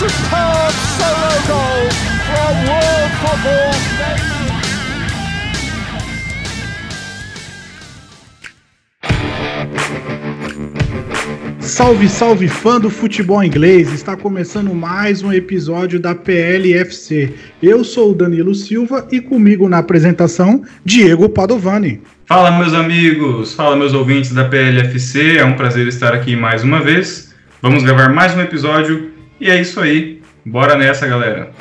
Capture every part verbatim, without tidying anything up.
superb solo goal from world football. Salve, salve fã do futebol inglês, está começando mais um episódio da P L F C. Eu sou o Danilo Silva e comigo na apresentação, Diego Padovani. Fala meus amigos, fala meus ouvintes da P L F C, é um prazer estar aqui mais uma vez. Vamos gravar mais um episódio e é isso aí, bora nessa galera.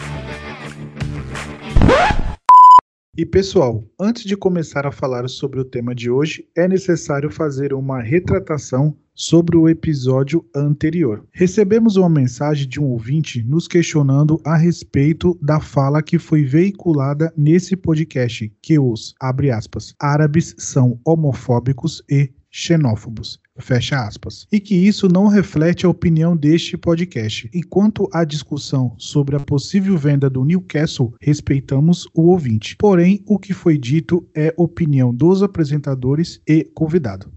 E pessoal, antes de começar a falar sobre o tema de hoje, é necessário fazer uma retratação sobre o episódio anterior. Recebemos uma mensagem de um ouvinte nos questionando a respeito da fala que foi veiculada nesse podcast, que os, abre aspas, árabes são homofóbicos e xenófobos, fecha aspas, e que isso não reflete a opinião deste podcast. Enquanto a discussão sobre a possível venda do Newcastle, respeitamos o ouvinte. Porém, o que foi dito é opinião dos apresentadores e convidado.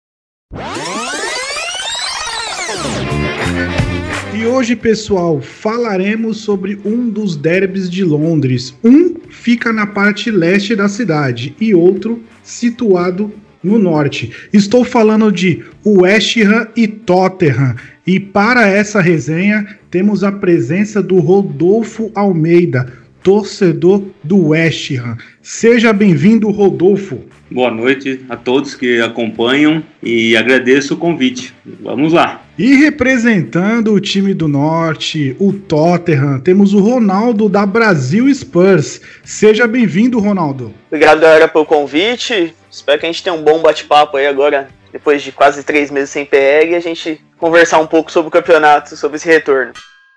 E hoje, pessoal, falaremos sobre um dos derbys de Londres. Um fica na parte leste da cidade e outro situado no norte. Estou falando de West Ham e Tottenham. E para essa resenha, temos a presença do Rodolfo Almeida, torcedor do West Ham. Seja bem-vindo, Rodolfo. Boa noite a todos que acompanham e agradeço o convite. Vamos lá. E representando o time do norte, o Tottenham, temos o Ronaldo da Brasil Spurs. Seja bem-vindo, Ronaldo. Obrigado, galera, pelo convite. Espero que a gente tenha um bom bate-papo aí agora, depois de quase três meses sem P L, e a gente conversar um pouco sobre o campeonato, sobre esse retorno.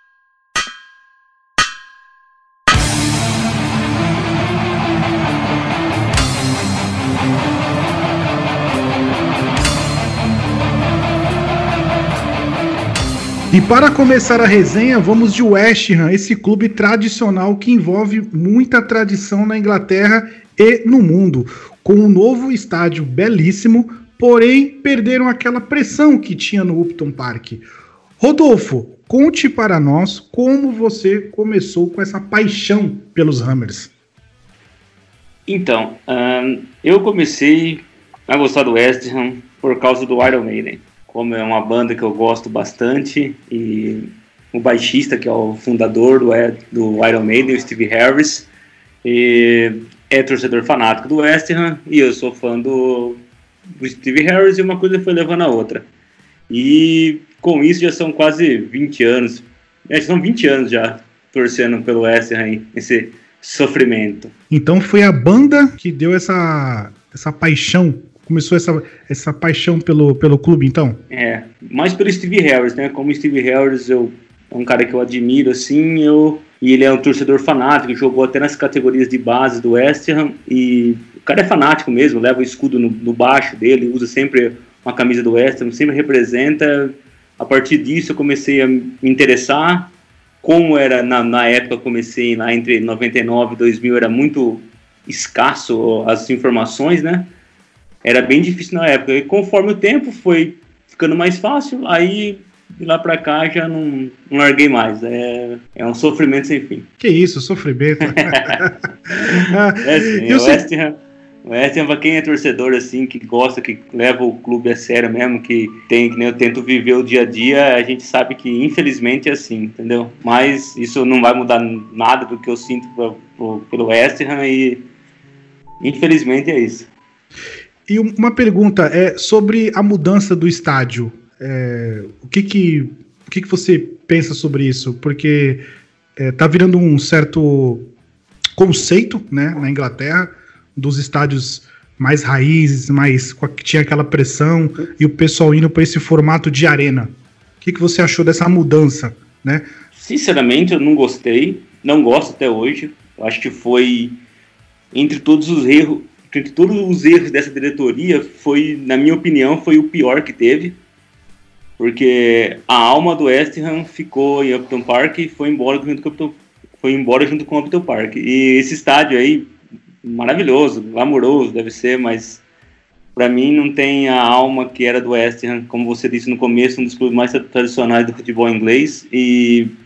E para começar a resenha, vamos de West Ham, esse clube tradicional que envolve muita tradição na Inglaterra e no mundo, com um novo estádio belíssimo, porém perderam aquela pressão que tinha no Upton Park. Rodolfo, conte para nós como você começou com essa paixão pelos Hammers. Então, um, eu comecei a gostar do West Ham por causa do Iron Maiden. Como é uma banda que eu gosto bastante, e o baixista, que é o fundador do, do Iron Maiden, o Steve Harris, e é torcedor fanático do West Ham, e eu sou fã do, do Steve Harris, e uma coisa foi levando a outra. E com isso já são quase vinte anos, já são vinte anos já torcendo pelo West Ham, esse sofrimento. Então foi a banda que deu essa, essa paixão. Começou essa, essa paixão pelo, pelo clube, então? É, mais pelo Steve Harris, né? Como o Steve Harris eu, é um cara que eu admiro, assim, eu, e ele é um torcedor fanático, jogou até nas categorias de base do West Ham, e o cara é fanático mesmo, leva o escudo no, no baixo dele, usa sempre uma camisa do West Ham, sempre representa. A partir disso eu comecei a me interessar. Como era, na, na época, comecei lá entre noventa e nove e dois mil, era muito escasso as informações, né? Era bem difícil na época, e conforme o tempo foi ficando mais fácil, aí de lá pra cá já não, não larguei mais, é, é um sofrimento sem fim. Que isso, sofrimento. É sim, o West Ham, o West Ham, pra quem é torcedor assim, que gosta, que leva o clube a sério mesmo, que tem, que nem eu tento viver o dia a dia, a gente sabe que infelizmente é assim, entendeu? Mas isso não vai mudar nada do que eu sinto pro, pro, pelo West Ham, e infelizmente é isso. E uma pergunta é sobre a mudança do estádio. É, o que que, o que que você pensa sobre isso? Porque é, tá virando um certo conceito, né, na Inglaterra, dos estádios mais raízes, mais que tinha aquela pressão, e o pessoal indo para esse formato de arena. O que que você achou dessa mudança, né? Sinceramente, eu não gostei, não gosto até hoje. Eu acho que foi, entre todos os erros, entre todos os erros dessa diretoria, foi, na minha opinião, foi o pior que teve, porque a alma do West Ham ficou em Upton Park e foi embora junto com o Upton, foi embora junto com o Upton Park. E esse estádio aí, maravilhoso, glamouroso deve ser, mas para mim não tem a alma que era do West Ham, como você disse no começo, um dos clubes mais tradicionais do futebol inglês, e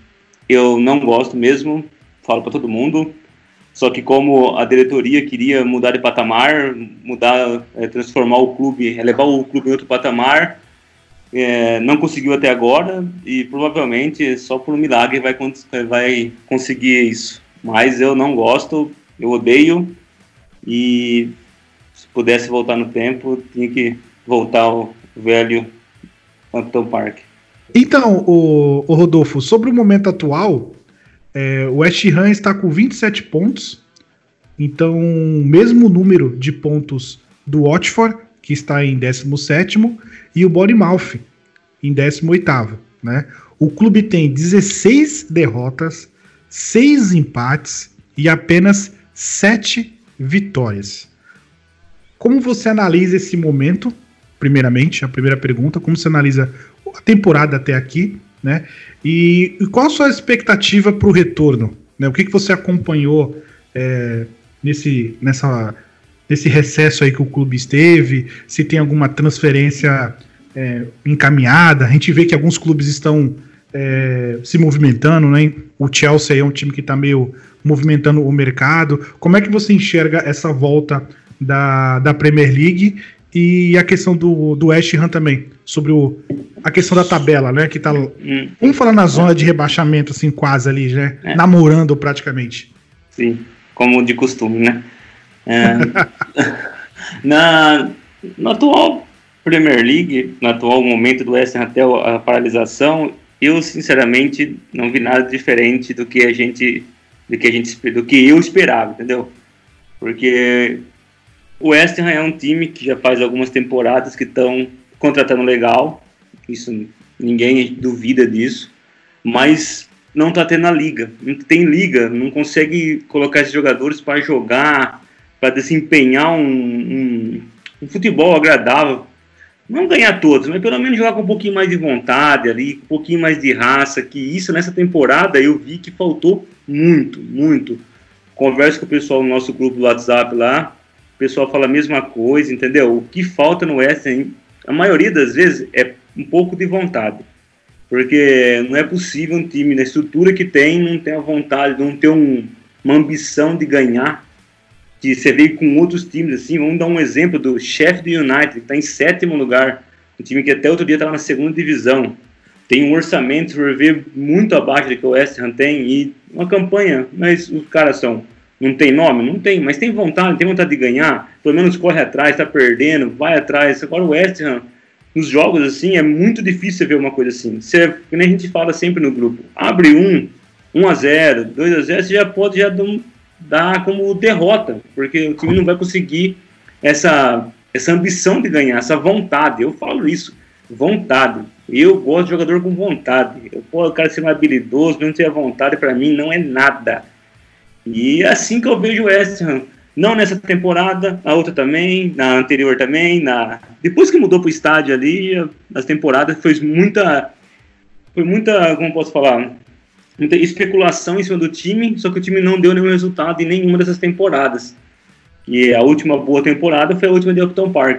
eu não gosto mesmo, falo para todo mundo. Só que como a diretoria queria mudar de patamar, mudar, é, transformar o clube, elevar o clube em outro patamar, é, não conseguiu até agora e provavelmente só por um milagre vai, vai conseguir isso. Mas eu não gosto, eu odeio e se pudesse voltar no tempo, tinha que voltar ao velho Upton Park. Então, o, o Rodolfo, sobre o momento atual, é, o West Ham está com vinte e sete pontos, então mesmo número de pontos do Watford, que está em décimo sétimo, e o Bournemouth em décimo oitavo, né? O clube tem dezesseis derrotas, seis empates e apenas sete vitórias. Como você analisa esse momento? Primeiramente, a primeira pergunta, como você analisa a temporada até aqui, né? E, e qual a sua expectativa para o retorno? Né? O que, que você acompanhou é, nesse, nessa, nesse recesso aí que o clube esteve? Se tem alguma transferência é, encaminhada? A gente vê que alguns clubes estão é, se movimentando, né? O Chelsea é um time que está meio movimentando o mercado. Como é que você enxerga essa volta da, da Premier League? E a questão do, do West Ham também, sobre o, a questão da tabela, né? Que tá, hum. Vamos falar na zona de rebaixamento, assim, quase ali, né? É. Namorando praticamente. Sim, como de costume, né? É, na, na atual Premier League, no atual momento do West Ham até a paralisação, eu sinceramente não vi nada diferente do que a gente, do que a gente, do que eu esperava, entendeu? Porque o West Ham é um time que já faz algumas temporadas que estão contratando legal, isso ninguém duvida disso, mas não está tendo a liga, não tem liga, não consegue colocar esses jogadores para jogar, para desempenhar um, um, um futebol agradável, não ganhar todos, mas pelo menos jogar com um pouquinho mais de vontade ali, um pouquinho mais de raça, que isso nessa temporada eu vi que faltou muito, muito. Converso com o pessoal no nosso grupo do WhatsApp lá, o pessoal fala a mesma coisa, entendeu? O que falta no West Ham, a maioria das vezes, é um pouco de vontade. Porque não é possível um time, na estrutura que tem, não ter a vontade, não ter um, uma ambição de ganhar. Que você vê com outros times, assim, vamos dar um exemplo do Sheffield United, que está em sétimo lugar, um time que até outro dia estava na segunda divisão. Tem um orçamento, por ver, muito abaixo do que o West Ham tem, e uma campanha, mas os caras são... Não tem nome? Não tem, mas tem vontade, tem vontade de ganhar, pelo menos corre atrás, tá perdendo, vai atrás. Agora o West Ham, nos jogos assim, é muito difícil você ver uma coisa assim. Você, como a gente fala sempre no grupo, abre um, um a zero, dois a zero, você já pode já dar como derrota, porque o time não vai conseguir essa, essa ambição de ganhar, essa vontade. Eu falo isso, vontade. Eu gosto de jogador com vontade. Eu posso, o cara ser mais habilidoso, mas não ter vontade, para mim não é nada. E é assim que eu vejo o West Ham. Não nessa temporada, a outra também, na anterior também. Na... Depois que mudou para o estádio ali, as temporadas foi muita, foi muita, como posso falar, muita especulação em cima do time, só que o time não deu nenhum resultado em nenhuma dessas temporadas. E a última boa temporada foi a última de Upton Park.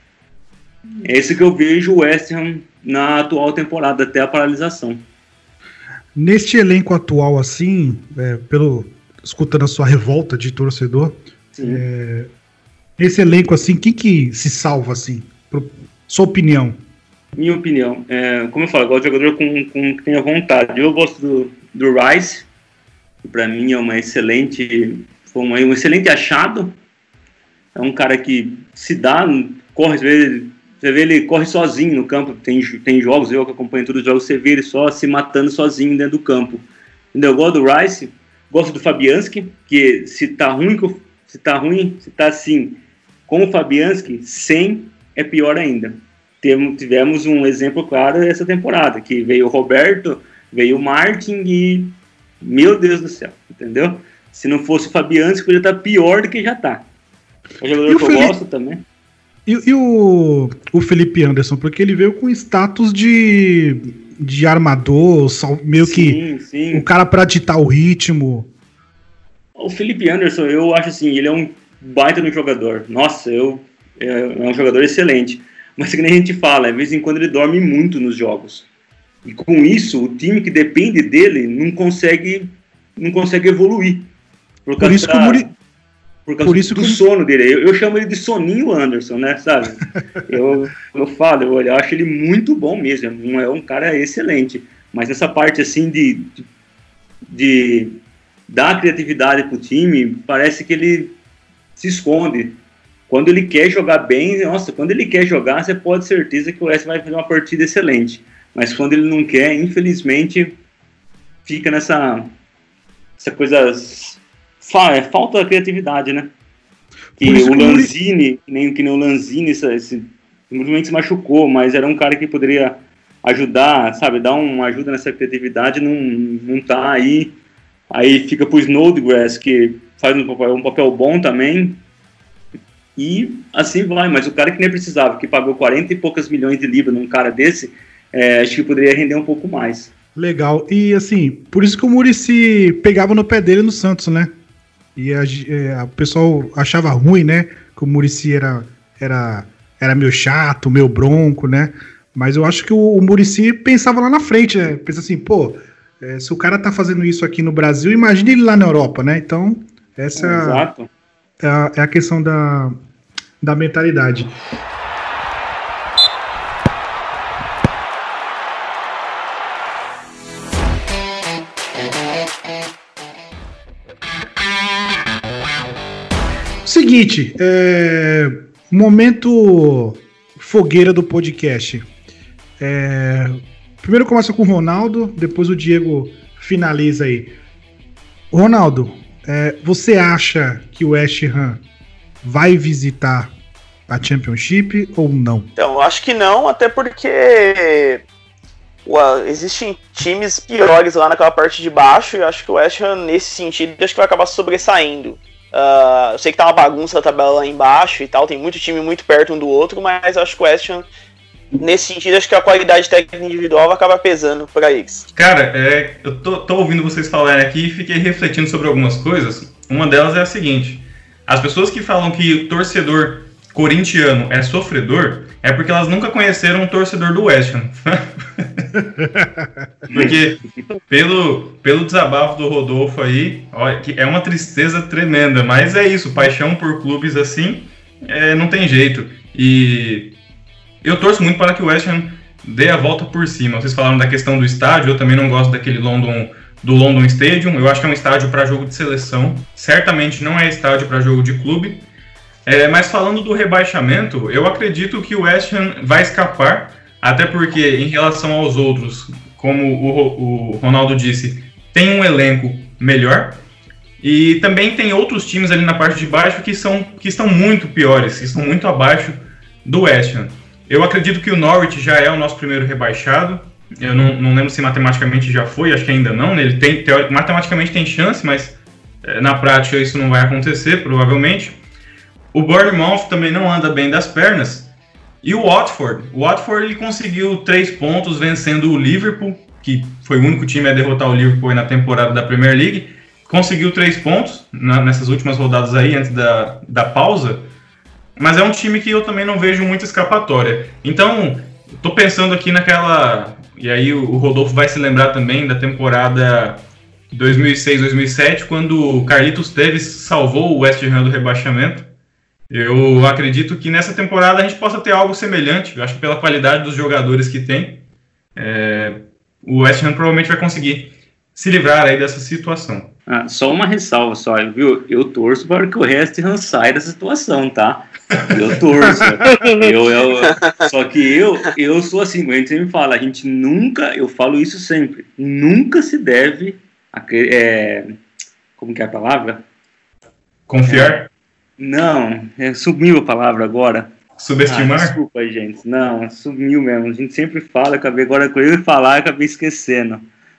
É isso que eu vejo o West Ham na atual temporada, até a paralisação. Neste elenco atual, assim, é, pelo... escutando a sua revolta de torcedor, é, esse elenco, assim, quem que se salva, assim, pro, sua opinião? Minha opinião, é, como eu falo, eu gosto de jogador com, com, que tenha vontade. Eu gosto do, do Rice, que para mim é uma excelente, foi uma, um excelente achado. É um cara que se dá, corre, você vê, você vê ele corre sozinho no campo, tem, tem jogos, eu que acompanho todos os jogos, você vê ele só se matando sozinho dentro do campo. Entendeu? Eu gosto do Rice. Gosto do Fabianski, que se tá ruim, se tá ruim, se tá assim, com o Fabianski, sem é pior ainda. Temos, tivemos um exemplo claro essa temporada, que veio o Roberto, veio o Martin e, meu Deus do céu, entendeu? Se não fosse o Fabianski, podia estar pior do que já tá. É um jogador que eu Felipe... gosto também. E, e o, o Felipe Anderson, porque ele veio com status de... de armador, meio sim, que sim. Um cara pra ditar o ritmo. O Felipe Anderson, eu acho assim, ele é um baita no jogador. Nossa, eu, é, é um jogador excelente. Mas que nem a gente fala, de vez em quando ele dorme muito nos jogos. E com isso, o time que depende dele não consegue, não consegue evoluir. Por, por isso da, que o Muri... Por causa por isso do que... sono dele. Eu, eu chamo ele de Soninho Anderson, né, sabe? eu, eu falo, eu, eu acho ele muito bom mesmo. É um cara excelente. Mas essa parte, assim, de, de, de dar criatividade pro time, parece que ele se esconde. Quando ele quer jogar bem, nossa, quando ele quer jogar, você pode ter certeza que o West vai fazer uma partida excelente. Mas quando ele não quer, infelizmente, fica nessa essa coisa... Fa, falta criatividade, né? Que o Lanzini, que nem, que nem o Lanzini, esse, esse, simplesmente se machucou, mas era um cara que poderia ajudar, sabe? Dar uma ajuda nessa criatividade, não, não tá aí. Aí fica pro Snodgrass, que faz um papel, um papel bom também. E assim vai, mas o cara que nem precisava, que pagou quarenta e poucas milhões de libras num cara desse, é, acho que poderia render um pouco mais. Legal, e assim, por isso que o Muricy pegava no pé dele no Santos, né? E a, é, o pessoal achava ruim, né? Que o Muricy era, era, era meio chato, meio bronco, né? Mas eu acho que o, o Muricy pensava lá na frente, né? Pensa assim, pô, é, se o cara tá fazendo isso aqui no Brasil, imagine ele lá na Europa, né? Então, essa Exato. É, a, é a questão da, da mentalidade. Seguinte, é, momento fogueira do podcast. É, primeiro começa com o Ronaldo, depois o Diego finaliza aí. Ronaldo, é, você acha que o West Ham vai visitar a Championship ou não? Então, eu acho que não, até porque ué, existem times piores lá naquela parte de baixo, e eu acho que o West Ham, nesse sentido, acho que vai acabar sobressaindo. Uh, eu sei que tá uma bagunça a tabela lá embaixo e tal, tem muito time muito perto um do outro, mas acho que o West Ham, nesse sentido, acho que a qualidade técnica individual vai acabar pesando pra eles. Cara, é, eu tô, tô ouvindo vocês falarem aqui e fiquei refletindo sobre algumas coisas. Uma delas é a seguinte: as pessoas que falam que o torcedor corintiano é sofredor é porque elas nunca conheceram um torcedor do West Ham. Porque pelo, pelo desabafo do Rodolfo aí, ó, que é uma tristeza tremenda, mas é isso, paixão por clubes assim, é, não tem jeito. E eu torço muito para que o West Ham dê a volta por cima. Vocês falaram da questão do estádio, eu também não gosto daquele London, do London Stadium, eu acho que é um estádio para jogo de seleção, certamente não é estádio para jogo de clube. É, mas falando do rebaixamento, eu acredito que o West Ham vai escapar, até porque em relação aos outros, como o, o Ronaldo disse, tem um elenco melhor, e também tem outros times ali na parte de baixo que, são, que estão muito piores, que estão muito abaixo do West Ham. Eu acredito que o Norwich já é o nosso primeiro rebaixado, eu não, não lembro se matematicamente já foi, acho que ainda não, né? Ele tem, teórico, matematicamente tem chance, mas é, na prática isso não vai acontecer, provavelmente. O Bournemouth também não anda bem das pernas. E o Watford. O Watford ele conseguiu três pontos vencendo o Liverpool, que foi o único time a derrotar o Liverpool na temporada da Premier League. Conseguiu três pontos na, nessas últimas rodadas aí, antes da, da pausa. Mas é um time que eu também não vejo muita escapatória. Então, tô pensando aqui naquela... E aí o Rodolfo vai se lembrar também da temporada dois mil e seis, dois mil e sete, quando o Carlitos Tevez salvou o West Ham do rebaixamento. Eu acredito que nessa temporada a gente possa ter algo semelhante. Eu acho que pela qualidade dos jogadores que tem, é, o West Ham provavelmente vai conseguir se livrar aí dessa situação. Ah, só uma ressalva só, viu? Eu torço para que o West Ham saia dessa situação, tá? Eu torço. eu, eu, só que eu, eu sou assim, como a gente sempre fala, a gente nunca, eu falo isso sempre, nunca se deve, é, como que é a palavra? Confiar? É, Não, é, sumiu a palavra agora. Subestimar? Ah, desculpa, gente. Não, sumiu mesmo. A gente sempre fala, acabei agora com eu falar, acabei esquecendo.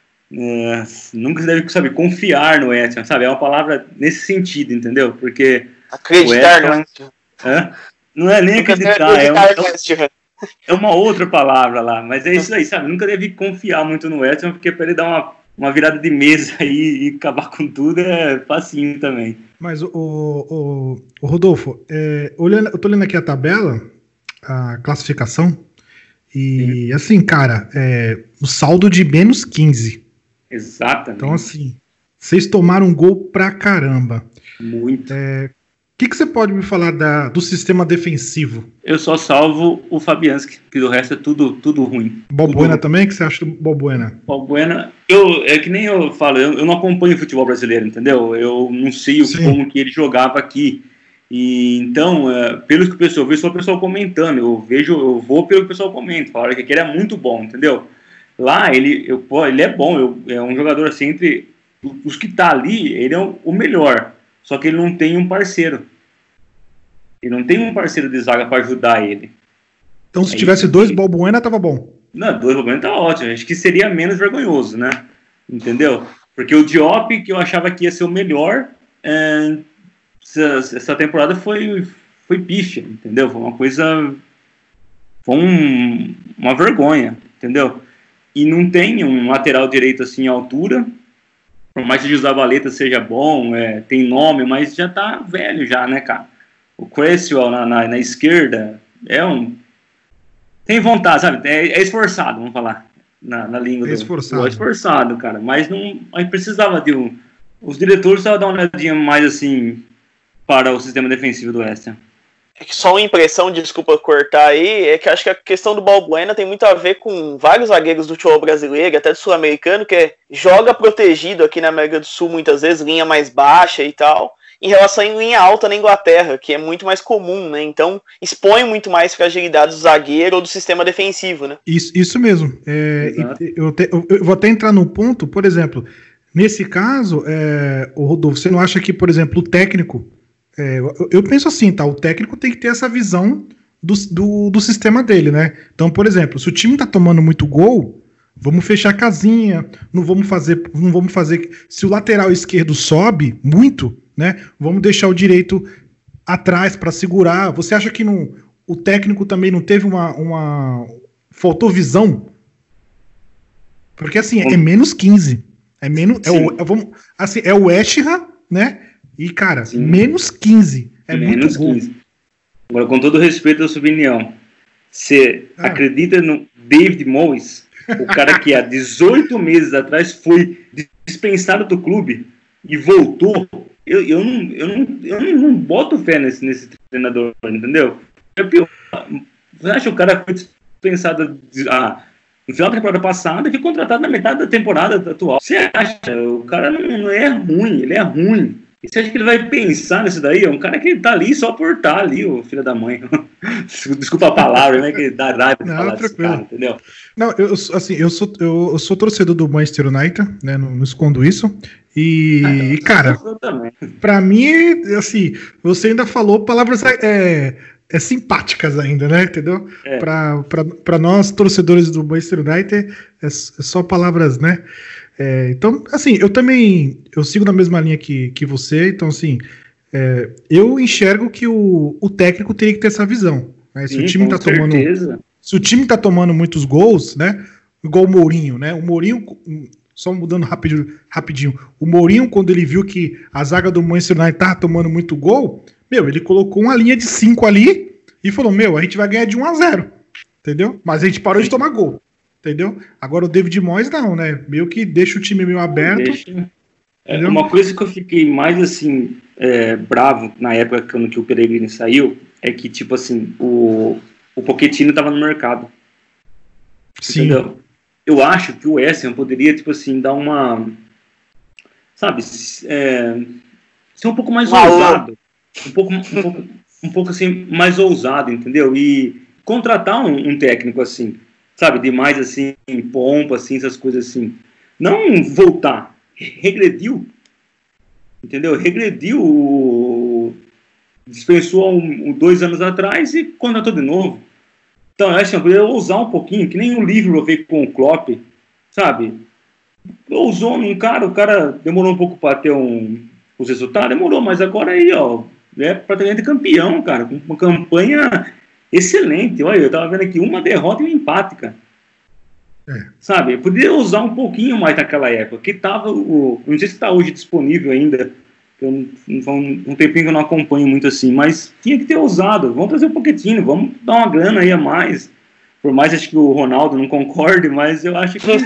É, nunca se deve, sabe, confiar no West Ham, sabe? É uma palavra nesse sentido, entendeu? Porque acreditar no West Ham, não é nem acreditar, é, um, é, é uma outra palavra lá, mas é isso aí, sabe? Nunca deve confiar muito no West Ham, porque para ele dar uma, uma virada de mesa aí e acabar com tudo é facinho também. Mas o, o, o Rodolfo, é, olhando, eu tô lendo aqui a tabela, a classificação, E, assim, cara, é, o saldo de menos quinze. Exatamente. Então, assim, vocês tomaram um gol pra caramba. Muito. É, o que, que você pode me falar da, do sistema defensivo? Eu só salvo o Fabianski, que do resto é tudo, tudo ruim. Balbuena tudo... também? O que você acha do Balbuena? Balbuena, eu, é que nem eu falo, eu, eu não acompanho o futebol brasileiro, entendeu? Eu não sei o, como que ele jogava aqui. E então, é, pelo que o pessoal vê, eu sou o pessoal comentando, eu vejo, eu vou pelo que o pessoal comenta, falaram que aquele é muito bom, entendeu? Lá, ele, eu, pô, ele é bom, eu, é um jogador assim, entre os que tá ali, ele é o, o melhor. Só que ele não tem um parceiro. Ele não tem um parceiro de zaga para ajudar ele. Então, se é tivesse dois, que... Balbuena, tava bom. Não, dois Balbuena tá ótimo. Acho que seria menos vergonhoso, né? Entendeu? Porque o Diop, que eu achava que ia ser o melhor, é... essa, essa temporada foi, foi pífia, entendeu? Foi uma coisa... Foi um... uma vergonha, entendeu? E não tem um lateral direito assim à altura. Por mais que o Zabaleta seja bom, é, tem nome, mas já tá velho já, né, cara? O Cresswell na, na, na esquerda é um... Tem vontade, sabe? É, é esforçado, vamos falar, na, na língua. É esforçado. Do, é esforçado, cara. Mas não... A gente precisava de um... Os diretores precisavam dar uma olhadinha mais, assim, para o sistema defensivo do West Ham. É que só uma impressão, desculpa cortar aí, é que acho que a questão do Balbuena tem muito a ver com vários zagueiros do futebol brasileiro, até do sul-americano, que é, joga protegido aqui na América do Sul muitas vezes, linha mais baixa e tal, em relação a linha alta na Inglaterra, que é muito mais comum, né? Então expõe muito mais fragilidades do zagueiro ou do sistema defensivo, né? Isso, isso mesmo. É, eu, te, eu vou até entrar no ponto, por exemplo, nesse caso, é, o Rodolfo, você não acha que, por exemplo, o técnico... É, eu, eu penso assim, tá? O técnico tem que ter essa visão do, do, do sistema dele, né? Então, por exemplo, se o time tá tomando muito gol, vamos fechar a casinha, não vamos fazer, não vamos fazer. Se o lateral esquerdo sobe muito, né? Vamos deixar o direito atrás para segurar. Você acha que não, o técnico também não teve uma, uma faltou visão? Porque assim, é menos quinze. É menos. É o, é, vamos, assim, é o West Ham, né? E, cara, Sim. menos quinze. É menos muito quinze. Bom. Agora, com todo respeito à sua opinião, você ah. acredita no David Moyes, o cara que há dezoito meses atrás foi dispensado do clube e voltou? Eu, eu, não, eu, não, eu não boto fé nesse, nesse treinador, entendeu? É pior. Você acha que o cara foi dispensado ah, no final da temporada passada e foi contratado na metade da temporada atual? Você acha? O cara não, não é ruim, ele é ruim. E você acha que ele vai pensar nisso daí? É um cara que tá ali só por estar ali, o filho da mãe. Desculpa a palavra, né? Que dá raiva de falar desse cara, entendeu? Não, eu, assim, eu sou, eu, eu sou torcedor do Manchester United, né? Não, não escondo isso. E, ah, não, cara, pra mim, assim, você ainda falou palavras é, é, simpáticas ainda, né? Entendeu? É. Pra, pra, pra nós, torcedores do Manchester United, é, é só palavras, né? É, então, assim, eu também eu sigo na mesma linha que, que você, então, assim, é, eu enxergo que o, o técnico teria que ter essa visão. Né? Se, Sim, o time tá tomando, se o time tá tomando muitos gols, né? Igual o Mourinho, né? O Mourinho, só mudando rapidinho, rapidinho, o Mourinho, quando ele viu que a zaga do Manchester United tava tomando muito gol, meu, ele colocou uma linha de cinco ali e falou, meu, a gente vai ganhar de um a zero, entendeu? Mas a gente parou de tomar gol. Entendeu? Agora o David Moyes não, né? Meio que deixa o time meio aberto. Deixa. É, uma coisa que eu fiquei mais assim é, bravo na época quando que o Pellegrini saiu é que tipo assim o o Pochettino estava no mercado. Sim. Entendeu? Eu acho que o West Ham poderia tipo assim dar uma, sabe, é, ser um pouco mais ah, ousado, um pouco um pouco um pouco assim mais ousado, entendeu? E contratar um, um técnico assim. Sabe, demais assim, pompa, assim, essas coisas assim. Não voltar. Regrediu. Entendeu? Regrediu. Dispensou um, um, dois anos atrás e contratou de novo. Então, eu acho que eu poderia ousar um pouquinho, que nem o livro veio com o Klopp, sabe? Ousou num cara, o cara demorou um pouco para ter um, os resultados, demorou, mas agora aí, ó, é praticamente campeão, cara, com uma campanha excelente. Olha, eu tava vendo aqui uma derrota e um empate, cara. É. Sabe, eu poderia usar um pouquinho mais naquela época, que tava o... Não sei se está hoje disponível ainda, eu não, um, um tempinho que eu não acompanho muito assim, mas tinha que ter usado. Vamos trazer um Pochettino, vamos dar uma grana aí a mais. por mais acho que o Ronaldo não concorde, mas eu acho que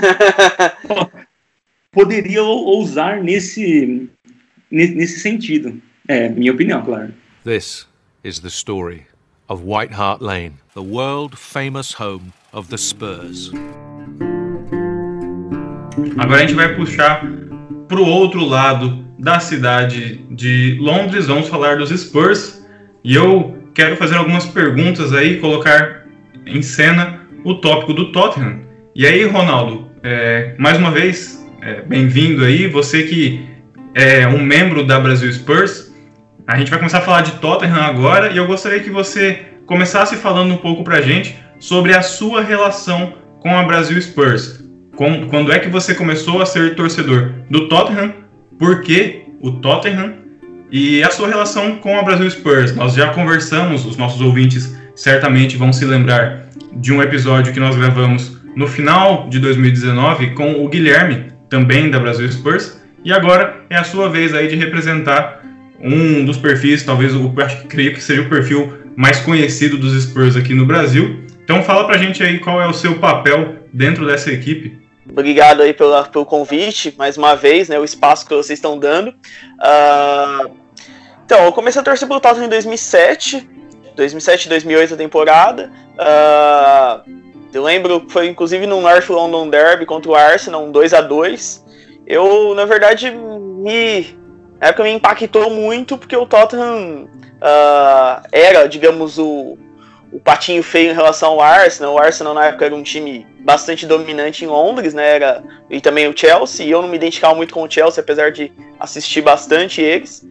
poderia ousar nesse, nesse sentido. É, minha opinião, claro. This is the story of White Hart Lane, the world-famous home of the Spurs. Agora a gente vai puxar para o outro lado da cidade de Londres, vamos falar dos Spurs, e eu quero fazer algumas perguntas aí, colocar em cena o tópico do Tottenham. E aí, Ronaldo, é, mais uma vez, é, bem-vindo aí, você que é um membro da Brasil Spurs. A gente vai começar a falar de Tottenham agora, e eu gostaria que você começasse falando um pouco pra gente sobre a sua relação com a Brasil Spurs. Com, quando é que você começou a ser torcedor do Tottenham, por que o Tottenham e a sua relação com a Brasil Spurs. Nós já conversamos, os nossos ouvintes certamente vão se lembrar de um episódio que nós gravamos no final de dois mil e dezenove com o Guilherme, também da Brasil Spurs, e agora é a sua vez aí de representar um dos perfis, talvez eu acho que creio que seja o perfil mais conhecido dos Spurs aqui no Brasil. Então fala pra gente aí qual é o seu papel dentro dessa equipe. Obrigado aí pela, pelo convite, mais uma vez, né, o espaço que vocês estão dando. Uh, então, eu comecei a torcer pelo Tottenham em dois mil e sete, dois mil e sete, dois mil e oito a temporada. Uh, eu lembro que foi inclusive no North London Derby contra o Arsenal, um dois a dois. Eu, na verdade, me, na época me impactou muito porque o Tottenham uh, era, digamos, o... o patinho feio em relação ao Arsenal. O Arsenal na época era um time bastante dominante em Londres, né, era, e também o Chelsea, e eu não me identificava muito com o Chelsea, apesar de assistir bastante eles.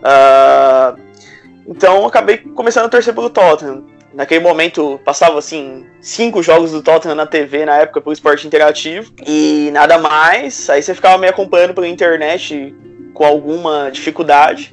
Uh, então eu acabei começando a torcer pelo Tottenham. Naquele momento passava assim cinco jogos do Tottenham na T V na época pelo Esporte Interativo, e nada mais. Aí você ficava me acompanhando pela internet com alguma dificuldade.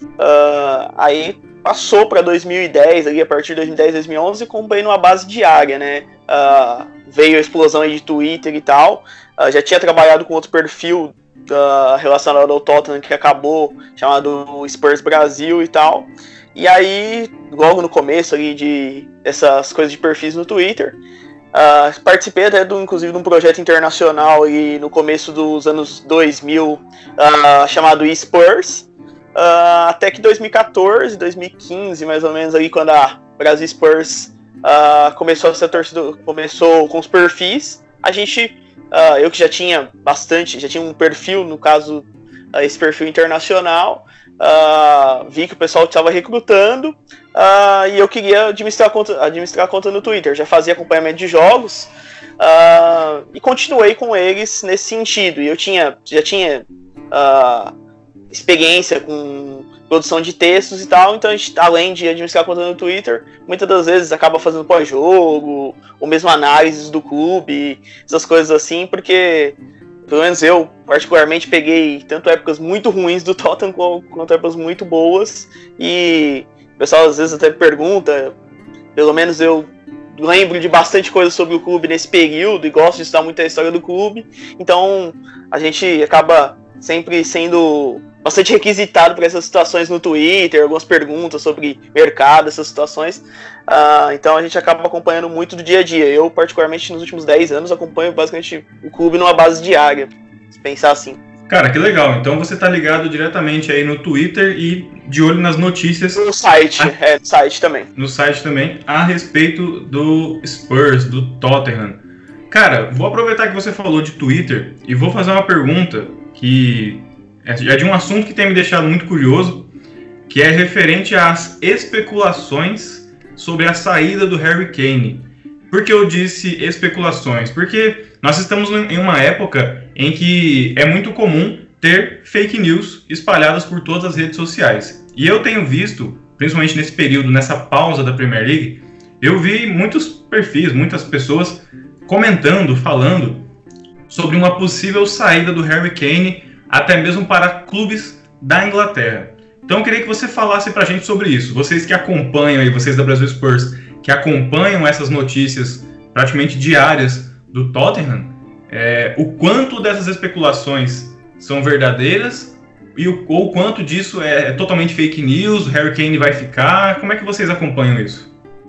Uh, aí passou para dois mil e dez, ali, a partir de dois mil e dez, dois mil e onze, acompanhei numa base diária, né? Uh, veio a explosão aí de Twitter e tal. Uh, já tinha trabalhado com outro perfil uh, relacionado ao Tottenham que acabou, chamado Spurs Brasil e tal. E aí, logo no começo ali de essas coisas de perfis no Twitter, uh, participei até, do, inclusive, de um projeto internacional ali no começo dos anos dois mil, uh, chamado eSpurs. Uh, até que dois mil e catorze, dois mil e quinze, mais ou menos, ali, quando a Brasil Spurs uh, começou a ser torcida, começou com os perfis, a gente, uh, eu que já tinha bastante, já tinha um perfil, no caso, uh, esse perfil internacional, uh, vi que o pessoal estava recrutando, uh, e eu queria administrar a, conta, administrar a conta no Twitter, já fazia acompanhamento de jogos, uh, e continuei com eles nesse sentido, e eu tinha, já tinha... Uh, experiência com produção de textos e tal, então a gente, além de administrar conta no Twitter, muitas das vezes acaba fazendo pós-jogo, ou mesmo análises do clube, essas coisas assim, porque pelo menos eu particularmente peguei tanto épocas muito ruins do Tottenham quanto épocas muito boas, e o pessoal às vezes até pergunta, pelo menos eu lembro de bastante coisa sobre o clube nesse período, e gosto de estudar muito a história do clube, então a gente acaba sempre sendo bastante requisitado por essas situações no Twitter, algumas perguntas sobre mercado, essas situações. Uh, então a gente acaba acompanhando muito do dia a dia. Eu, particularmente, nos últimos dez anos, acompanho basicamente o clube numa base diária, se pensar assim. Cara, que legal. Então você tá ligado diretamente aí no Twitter e de olho nas notícias. No site, a... é, no site também. No site também, a respeito do Spurs, do Tottenham. Cara, vou aproveitar que você falou de Twitter e vou fazer uma pergunta que é de um assunto que tem me deixado muito curioso, que é referente às especulações sobre a saída do Harry Kane. Por que eu disse especulações? Porque nós estamos em uma época em que é muito comum ter fake news espalhadas por todas as redes sociais. E eu tenho visto, principalmente nesse período, nessa pausa da Premier League, eu vi muitos perfis, muitas pessoas comentando, falando sobre uma possível saída do Harry Kane até mesmo para clubes da Inglaterra. Então eu queria que você falasse pra gente sobre isso. Vocês que acompanham aí, vocês da Brasil Spurs, que acompanham essas notícias praticamente diárias do Tottenham, é, o quanto dessas especulações são verdadeiras e o, ou quanto disso é, é totalmente fake news, o Harry Kane vai ficar, como é que vocês acompanham isso?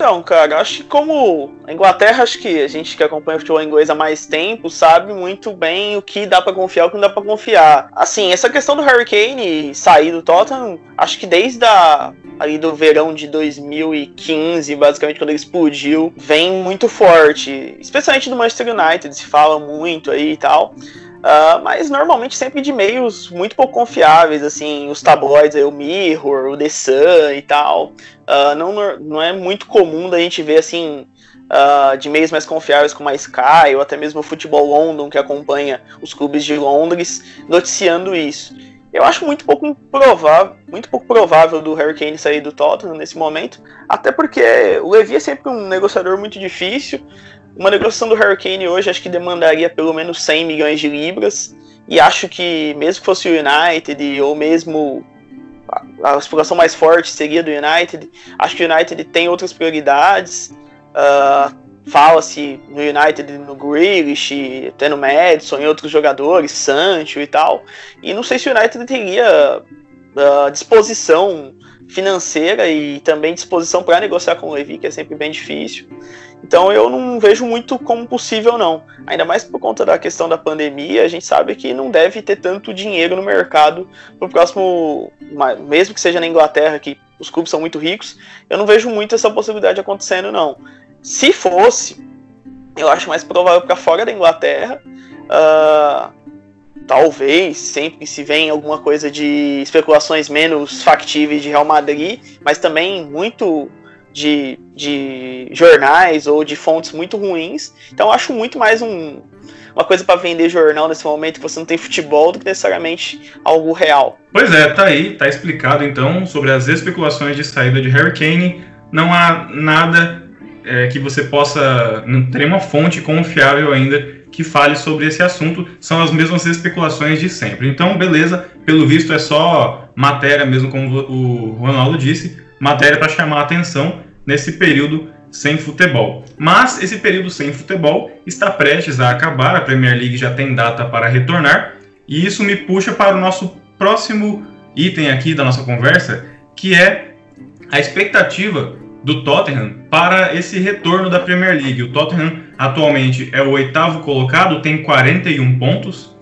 Então, cara, acho que como a Inglaterra, acho que a gente que acompanha o futebol inglês há mais tempo sabe muito bem o que dá pra confiar e o que não dá pra confiar. Assim, essa questão do Harry Kane sair do Tottenham, acho que desde a, ali do verão de dois mil e quinze, basicamente quando ele explodiu, vem muito forte. Especialmente do Manchester United, se fala muito aí e tal. Uh, mas normalmente sempre de meios muito pouco confiáveis, assim, os tabloides, aí, o Mirror, o The Sun e tal. Uh, não, não é muito comum da gente ver, assim, uh, de meios mais confiáveis como a Sky ou até mesmo o Futebol London, que acompanha os clubes de Londres, noticiando isso. Eu acho muito pouco provável, muito pouco provável do Harry Kane sair do Tottenham nesse momento, até porque o Levy é sempre um negociador muito difícil. Uma negociação do Harry Kane hoje acho que demandaria pelo menos cem milhões de libras, e acho que mesmo que fosse o United, ou mesmo a, a exploração mais forte seria do United, acho que o United tem outras prioridades. Uh, fala-se no United, no Grealish, até no Maddison e outros jogadores, Sancho e tal, e não sei se o United teria uh, disposição financeira e também disposição para negociar com o Levy, que é sempre bem difícil. Então eu não vejo muito como possível, não. Ainda mais por conta da questão da pandemia, a gente sabe que não deve ter tanto dinheiro no mercado pro próximo, mesmo que seja na Inglaterra, que os clubes são muito ricos, eu não vejo muito essa possibilidade acontecendo, não. Se fosse, eu acho mais provável para fora da Inglaterra, uh, talvez, sempre se vem alguma coisa de especulações menos factíveis de Real Madrid, mas também muito de, de jornais ou de fontes muito ruins. Então eu acho muito mais um, uma coisa para vender jornal nesse momento que você não tem futebol do que necessariamente algo real. Pois é, tá aí, tá explicado então sobre as especulações de saída de Harry Kane. Não há nada é, que você possa, não tem uma fonte confiável ainda que fale sobre esse assunto, são as mesmas especulações de sempre. Então, beleza, pelo visto é só matéria mesmo, como o Ronaldo disse, matéria para chamar a atenção nesse período sem futebol. Mas esse período sem futebol está prestes a acabar, a Premier League já tem data para retornar, e isso me puxa para o nosso próximo item aqui da nossa conversa, que é a expectativa do Tottenham para esse retorno da Premier League. O Tottenham atualmente é o oitavo colocado, tem quarenta e um pontos.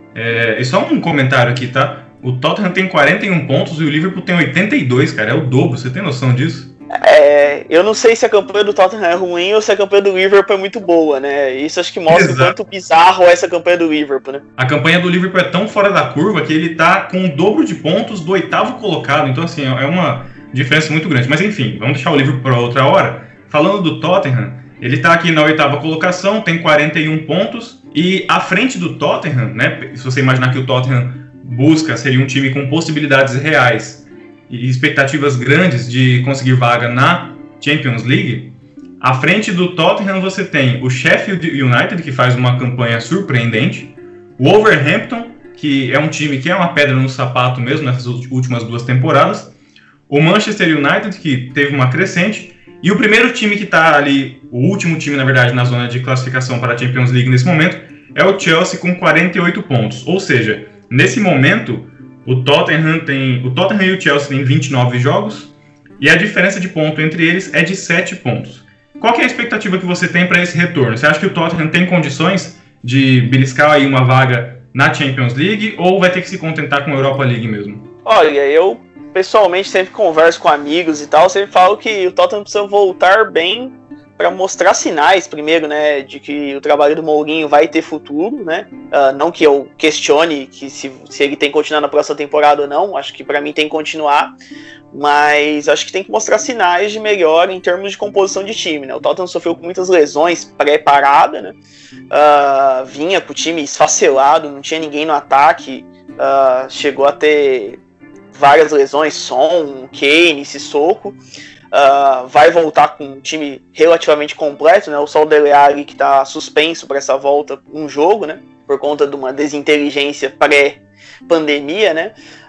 É, e só um comentário aqui, tá? O Tottenham tem quarenta e um pontos e o Liverpool tem oitenta e dois, cara. É o dobro, você tem noção disso? É, eu não sei se a campanha do Tottenham é ruim ou se a campanha do Liverpool é muito boa, né? Isso acho que mostra Exato. o quanto bizarro é essa campanha do Liverpool, né? A campanha do Liverpool é tão fora da curva que ele tá com o dobro de pontos do oitavo colocado. Então, assim, é uma diferença muito grande. Mas, enfim, vamos deixar o Liverpool para outra hora. Falando do Tottenham, ele tá aqui na oitava colocação, tem quarenta e um pontos. E à frente do Tottenham, né? Se você imaginar que o Tottenham busca, seria um time com possibilidades reais e expectativas grandes de conseguir vaga na Champions League, à frente do Tottenham você tem o Sheffield United, que faz uma campanha surpreendente, o Wolverhampton, que é um time que é uma pedra no sapato mesmo nessas últimas duas temporadas, o Manchester United, que teve uma crescente, e o primeiro time que está ali, o último time, na verdade, na zona de classificação para a Champions League nesse momento, é o Chelsea com quarenta e oito pontos. Ou seja, nesse momento, o Tottenham, tem, o Tottenham e o Chelsea têm vinte e nove jogos, e a diferença de ponto entre eles é de sete pontos. Qual que é a expectativa que você tem para esse retorno? Você acha que o Tottenham tem condições de beliscar aí uma vaga na Champions League, ou vai ter que se contentar com a Europa League mesmo? Olha, eu pessoalmente sempre converso com amigos e tal, sempre falo que o Tottenham precisa voltar bem para mostrar sinais, primeiro, né, de que o trabalho do Mourinho vai ter futuro, né, uh, não que eu questione que se, se ele tem que continuar na próxima temporada ou não, acho que para mim tem que continuar, mas acho que tem que mostrar sinais de melhora em termos de composição de time, né, o Tottenham sofreu com muitas lesões pré-parada, né, uh, vinha com o time esfacelado, não tinha ninguém no ataque, uh, chegou a ter várias lesões, Son, Kane, Sissoko. Uh, vai voltar com um time relativamente completo, né? O Sol Dele Alli, que está suspenso para essa volta, um jogo, né? Por conta de uma desinteligência pré-pandemia, né?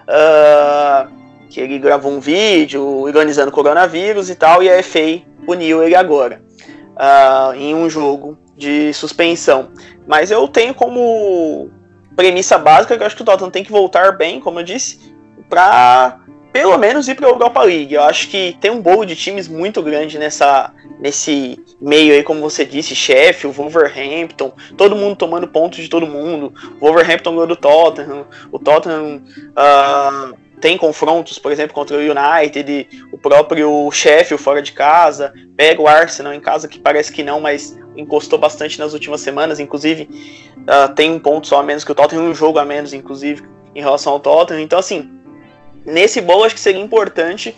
Uh, que ele gravou um vídeo ironizando o coronavírus e tal, e a F A puniu ele agora, uh, em um jogo de suspensão. Mas eu tenho como premissa básica que eu acho que o Tottenham tem que voltar bem, como eu disse, para pelo menos ir para a Europa League. Eu acho que tem um bolo de times muito grande nessa, nesse meio aí, como você disse, Sheffield, Wolverhampton, todo mundo tomando pontos de todo mundo. O Wolverhampton ganhou do Tottenham, o Tottenham uh, tem confrontos, por exemplo, contra o United, o próprio Sheffield fora de casa, pega o Arsenal em casa, que parece que não, mas encostou bastante nas últimas semanas, inclusive uh, tem um ponto só a menos que o Tottenham, um jogo a menos, inclusive, em relação ao Tottenham. Então, assim, nesse bolo acho que seria importante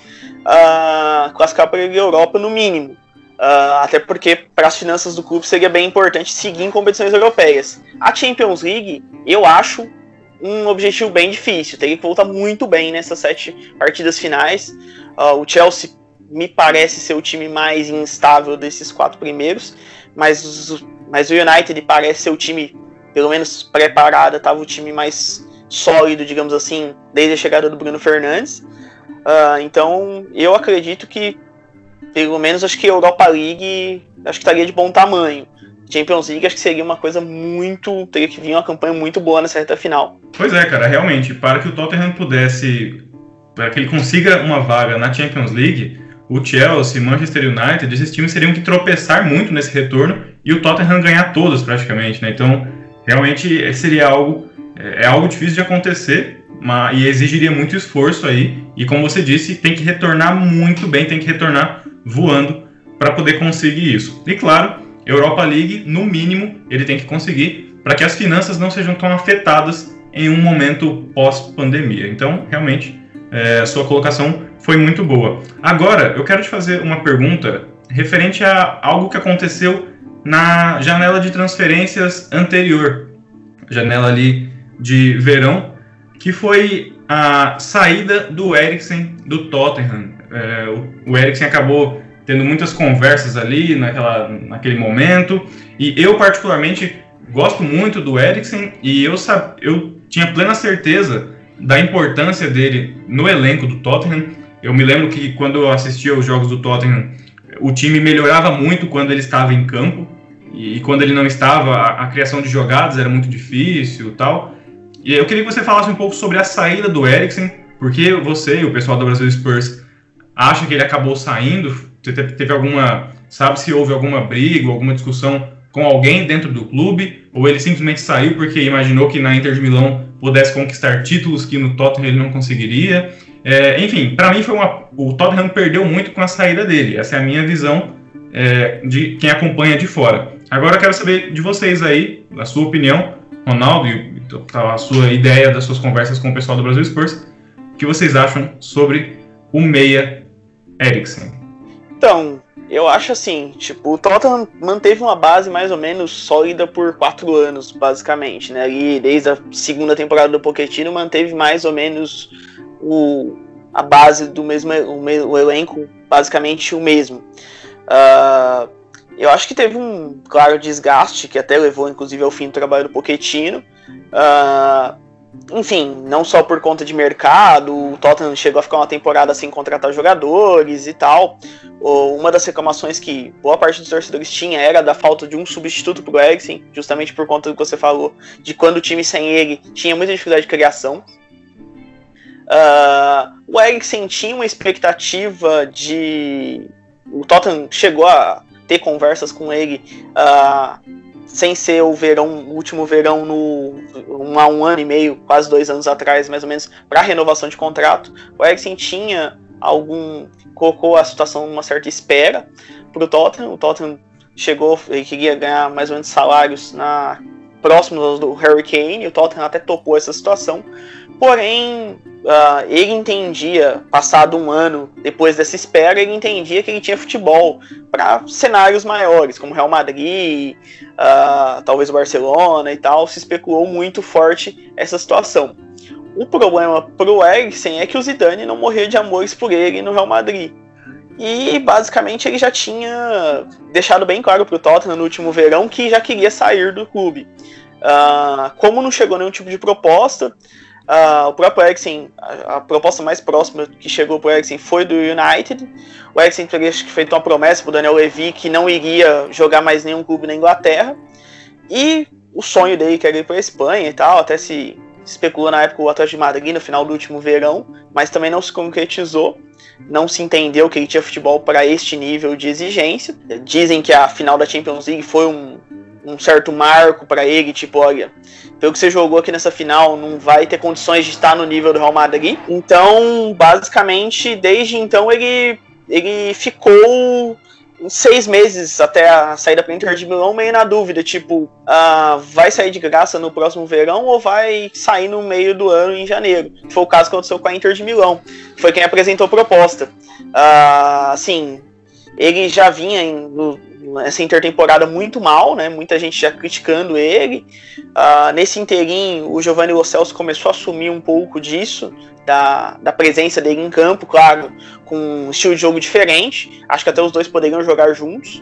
uh, classificar para a Europa no mínimo. Uh, até porque para as finanças do clube seria bem importante seguir em competições europeias. A Champions League, eu acho um objetivo bem difícil. Teria que voltar muito bem nessas sete partidas finais. Uh, o Chelsea me parece ser o time mais instável desses quatro primeiros, mas, mas o United parece ser o time, pelo menos preparado, estava o time mais sólido, digamos assim, desde a chegada do Bruno Fernandes. Uh, então eu acredito que pelo menos acho que a Europa League acho que estaria de bom tamanho. Champions League acho que seria uma coisa muito, teria que vir uma campanha muito boa nessa reta final. Pois é, cara, realmente, para que o Tottenham pudesse, para que ele consiga uma vaga na Champions League, o Chelsea, Manchester United, esses times teriam que tropeçar muito nesse retorno e o Tottenham ganhar todos praticamente, né? Então realmente seria algo É algo difícil de acontecer, mas, e exigiria muito esforço aí. E como você disse, tem que retornar muito bem, tem que retornar voando para poder conseguir isso. E claro, Europa League, no mínimo, ele tem que conseguir para que as finanças não sejam tão afetadas em um momento pós-pandemia. Então, realmente, é, a sua colocação foi muito boa. Agora, eu quero te fazer uma pergunta referente a algo que aconteceu na janela de transferências anterior. Janela ali de verão, que foi a saída do Eriksen do Tottenham. É, o, o Eriksen acabou tendo muitas conversas ali naquela, naquele momento, e eu particularmente gosto muito do Eriksen, e eu, eu tinha plena certeza da importância dele no elenco do Tottenham. Eu me lembro que quando eu assistia os jogos do Tottenham, o time melhorava muito quando ele estava em campo, e, e quando ele não estava, a, a criação de jogadas era muito difícil e tal. E eu queria que você falasse um pouco sobre a saída do Eriksen, porque você e o pessoal do Brasil Spurs acham que ele acabou saindo. Teve alguma, sabe se houve alguma briga, alguma discussão com alguém dentro do clube, ou ele simplesmente saiu porque imaginou que na Inter de Milão pudesse conquistar títulos que no Tottenham ele não conseguiria. É, enfim, para mim foi uma, o Tottenham perdeu muito com a saída dele. Essa é a minha visão é, de quem acompanha de fora. Agora eu quero saber de vocês aí, a sua opinião, Ronaldo, e a sua ideia das suas conversas com o pessoal do Brasil Spurs, o que vocês acham sobre o meia Eriksen? Então, eu acho assim, tipo, o Tottenham manteve uma base mais ou menos sólida por quatro anos, basicamente, né? E desde a segunda temporada do Pochettino manteve mais ou menos o, a base do mesmo, o, o elenco, basicamente o mesmo. Uh, eu acho que teve um claro desgaste, que até levou inclusive ao fim do trabalho do Pochettino. Uh, enfim, não só por conta de mercado, o Tottenham chegou a ficar uma temporada sem contratar jogadores e tal. Uma das reclamações que boa parte dos torcedores tinha era da falta de um substituto pro Eriksen, justamente por conta do que você falou, de quando o time sem ele tinha muita dificuldade de criação. Uh, o Eriksen tinha uma expectativa de... O Tottenham chegou a ter conversas com ele uh, sem ser o verão, o último verão, no, um, há um ano e meio, quase dois anos atrás, mais ou menos, para renovação de contrato. O Eriksen tinha algum... colocou a situação numa certa espera para o Tottenham. O Tottenham chegou, ele queria ganhar mais ou menos salários na, próximos do Harry Kane, o Tottenham até topou essa situação. Porém, uh, ele entendia, passado um ano depois dessa espera, ele entendia que ele tinha futebol para cenários maiores, como Real Madrid, uh, talvez o Barcelona e tal. Se especulou muito forte essa situação. O problema pro Eriksen é que o Zidane não morreu de amores por ele no Real Madrid. E basicamente ele já tinha deixado bem claro pro Tottenham no último verão que já queria sair do clube. Uh, como não chegou nenhum tipo de proposta, uh, o próprio Eriksen, a, a proposta mais próxima que chegou pro Eriksen foi do United. O Eriksen teria feito uma promessa pro Daniel Levy que não iria jogar mais nenhum clube na Inglaterra. E o sonho dele, que era ir pra Espanha e tal, até se especulou na época o Atlético de Madrid no final do último verão, mas também não se concretizou. Não se entendeu que ele tinha futebol para este nível de exigência. Dizem que a final da Champions League foi um, um certo marco para ele, tipo, olha, pelo que você jogou aqui nessa final, não vai ter condições de estar no nível do Real Madrid. Então, basicamente, desde então ele, ele ficou seis meses até a saída para Inter de Milão meio na dúvida, tipo, uh, vai sair de graça no próximo verão ou vai sair no meio do ano em janeiro? Foi o caso que aconteceu com a Inter de Milão, foi quem apresentou a proposta. Uh, assim, ele já vinha em, no, nessa intertemporada muito mal, né? Muita gente já criticando ele. Uh, nesse inteirinho, o Giovanni Lo Celso começou a assumir um pouco disso, da, da presença dele em campo, claro, com um estilo de jogo diferente. Acho que até os dois poderiam jogar juntos.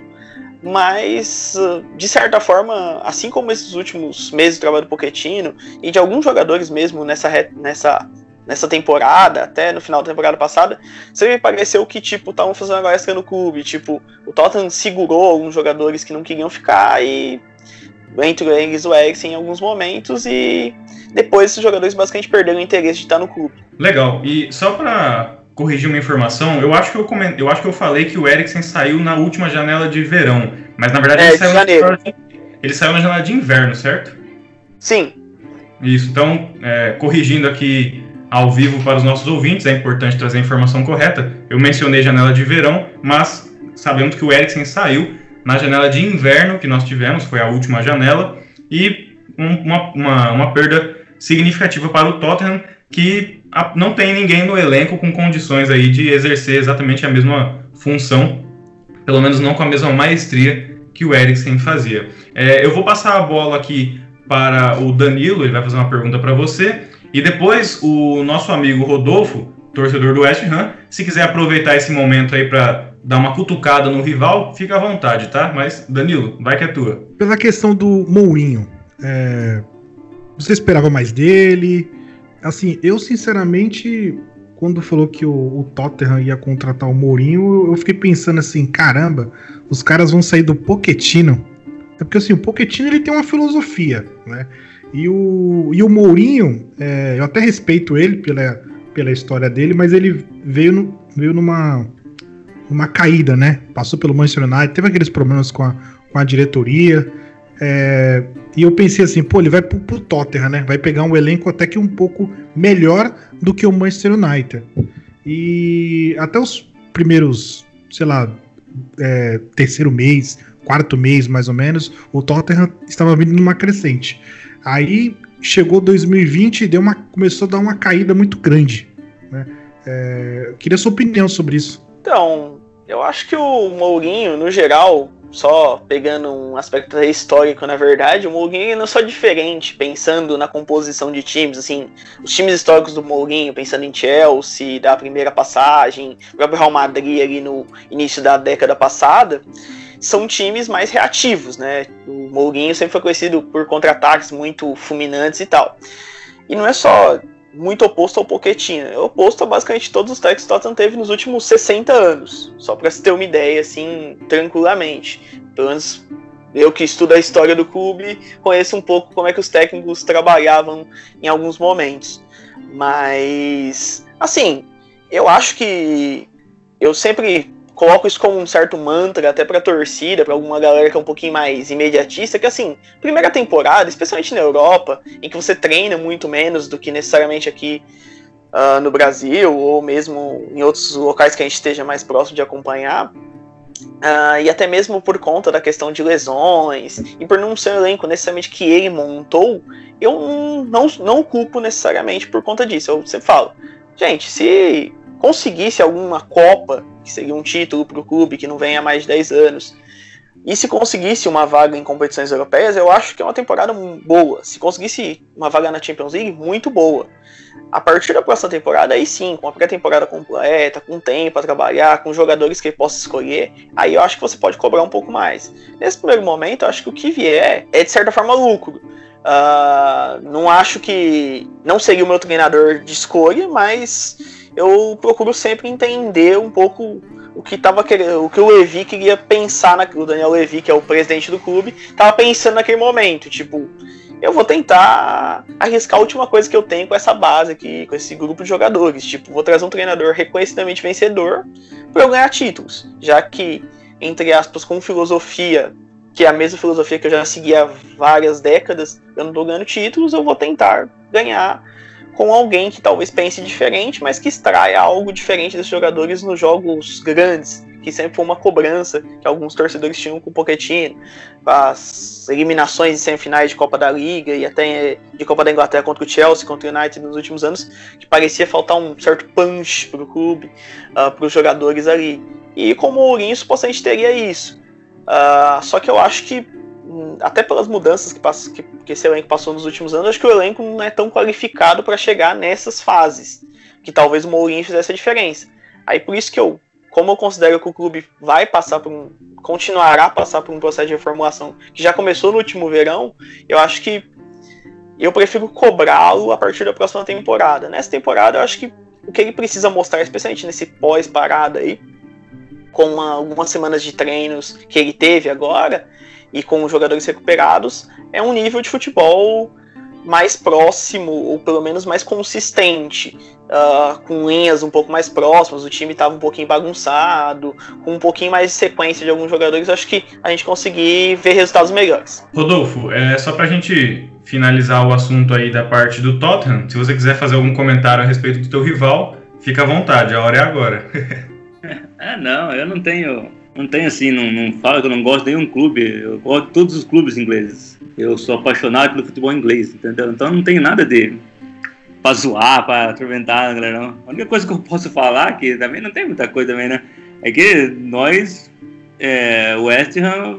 Mas, de certa forma, assim como esses últimos meses do trabalho do Pochettino, e de alguns jogadores mesmo nessa, nessa, nessa temporada, até no final da temporada passada, sempre me pareceu que, tipo, estavam fazendo agora extra no clube. Tipo, o Tottenham segurou alguns jogadores que não queriam ficar e entre eles o Eriksen em alguns momentos, e depois esses jogadores basicamente perderam o interesse de estar no clube. Legal, e só para corrigir uma informação, eu acho que eu, coment... eu acho que eu falei que o Eriksen saiu na última janela de verão, mas na verdade é, ele, saiu na... De... ele saiu na janela de inverno, certo? Sim. Isso, então, é, corrigindo aqui ao vivo para os nossos ouvintes, é importante trazer a informação correta. Eu mencionei janela de verão, mas sabemos que o Eriksen saiu na janela de inverno que nós tivemos, foi a última janela, e um, uma, uma, uma perda significativa para o Tottenham, que a, não tem ninguém no elenco com condições aí de exercer exatamente a mesma função, pelo menos não com a mesma maestria que o Eriksen fazia. É, eu vou passar a bola aqui para o Danilo, ele vai fazer uma pergunta para você, e depois o nosso amigo Rodolfo, torcedor do West Ham, se quiser aproveitar esse momento aí para dar uma cutucada no rival, fica à vontade, tá? Mas, Danilo, vai que é tua. Pela questão do Mourinho, é... você esperava mais dele? Assim, eu sinceramente, quando falou que o, o Tottenham ia contratar o Mourinho, eu fiquei pensando assim, caramba, os caras vão sair do Pochettino. É porque assim, o Pochettino ele tem uma filosofia, né? E o, e o Mourinho, é... eu até respeito ele pela, pela história dele, mas ele veio, no, veio numa... uma caída, né? Passou pelo Manchester United, teve aqueles problemas com a, com a diretoria, é, e eu pensei assim, pô, ele vai pro, pro Tottenham, né? Vai pegar um elenco até que um pouco melhor do que o Manchester United. E até os primeiros, sei lá, é, terceiro mês, quarto mês mais ou menos, o Tottenham estava vindo numa crescente. Aí chegou dois mil e vinte e deu uma, começou a dar uma caída muito grande, né? É, eu queria sua opinião sobre isso. Então, eu acho que o Mourinho, no geral, só pegando um aspecto histórico, na verdade, o Mourinho não é só diferente, pensando na composição de times, assim, os times históricos do Mourinho, pensando em Chelsea, da primeira passagem, o próprio Real Madrid ali no início da década passada, são times mais reativos, né? O Mourinho sempre foi conhecido por contra-ataques muito fulminantes e tal. E não é só muito oposto ao Pochettino, é oposto a basicamente todos os técnicos que o Tottenham teve nos últimos sessenta anos, só para se ter uma ideia, assim, tranquilamente. Pelo menos eu que estudo a história do clube, conheço um pouco como é que os técnicos trabalhavam em alguns momentos. Mas, assim, eu acho que eu sempre coloco isso como um certo mantra até pra torcida, pra alguma galera que é um pouquinho mais imediatista, que assim, primeira temporada, especialmente na Europa, em que você treina muito menos do que necessariamente aqui uh, no Brasil, ou mesmo em outros locais que a gente esteja mais próximo de acompanhar, uh, e até mesmo por conta da questão de lesões, e por não ser um elenco necessariamente que ele montou, eu não, não, não culpo necessariamente por conta disso. Eu sempre falo, gente, se conseguisse alguma Copa, que seria um título para o clube que não vem há mais de dez anos, e se conseguisse uma vaga em competições europeias, eu acho que é uma temporada boa. Se conseguisse uma vaga na Champions League, muito boa. A partir da próxima temporada, aí sim, com a pré-temporada completa, com tempo para trabalhar, com jogadores que ele possa escolher, aí eu acho que você pode cobrar um pouco mais. Nesse primeiro momento, eu acho que o que vier é, de certa forma, lucro. Uh, não acho que não seria o meu treinador de escolha, mas eu procuro sempre entender um pouco o que, tava querendo, o, que o Levy queria pensar, na, o Daniel Levy, que é o presidente do clube, estava pensando naquele momento. Tipo, eu vou tentar arriscar a última coisa que eu tenho com essa base aqui, com esse grupo de jogadores. Tipo, vou trazer um treinador reconhecidamente vencedor para eu ganhar títulos, já que, entre aspas, com filosofia, que é a mesma filosofia que eu já segui há várias décadas, eu não tô ganhando títulos, eu vou tentar ganhar com alguém que talvez pense diferente, mas que extraia algo diferente desses jogadores nos jogos grandes, que sempre foi uma cobrança que alguns torcedores tinham com o Pochettino, as eliminações de semifinais de Copa da Liga e até de Copa da Inglaterra contra o Chelsea, contra o United nos últimos anos, que parecia faltar um certo punch para o clube, uh, para os jogadores ali. E com o Mourinho, supostamente teria isso. Uh, só que eu acho que, até pelas mudanças que, pass- que, que esse elenco passou nos últimos anos, acho que o elenco não é tão qualificado para chegar nessas fases, que talvez o Mourinho fizesse a diferença. Aí por isso que eu, como eu considero que o clube vai passar por um, continuará a passar por um processo de reformulação que já começou no último verão, eu acho que eu prefiro cobrá-lo a partir da próxima temporada. Nessa temporada eu acho que o que ele precisa mostrar, especialmente nesse pós-parada aí, com uma, algumas semanas de treinos que ele teve agora, e com os jogadores recuperados, é um nível de futebol mais próximo, ou pelo menos mais consistente, uh, com linhas um pouco mais próximas, o time estava um pouquinho bagunçado, com um pouquinho mais de sequência de alguns jogadores, acho que a gente conseguir ver resultados melhores. Rodolfo, é só pra gente finalizar o assunto aí da parte do Tottenham, se você quiser fazer algum comentário a respeito do teu rival, fica à vontade, a hora é agora. Ah, não, eu não tenho, não tenho assim, não, não falo que eu não gosto de nenhum clube, eu gosto de todos os clubes ingleses. Eu sou apaixonado pelo futebol inglês, entendeu? Então não tenho nada de pra zoar, pra atormentar, galera, não. A única coisa que eu posso falar, que também não tem muita coisa também, né? É que nós, é, o West Ham,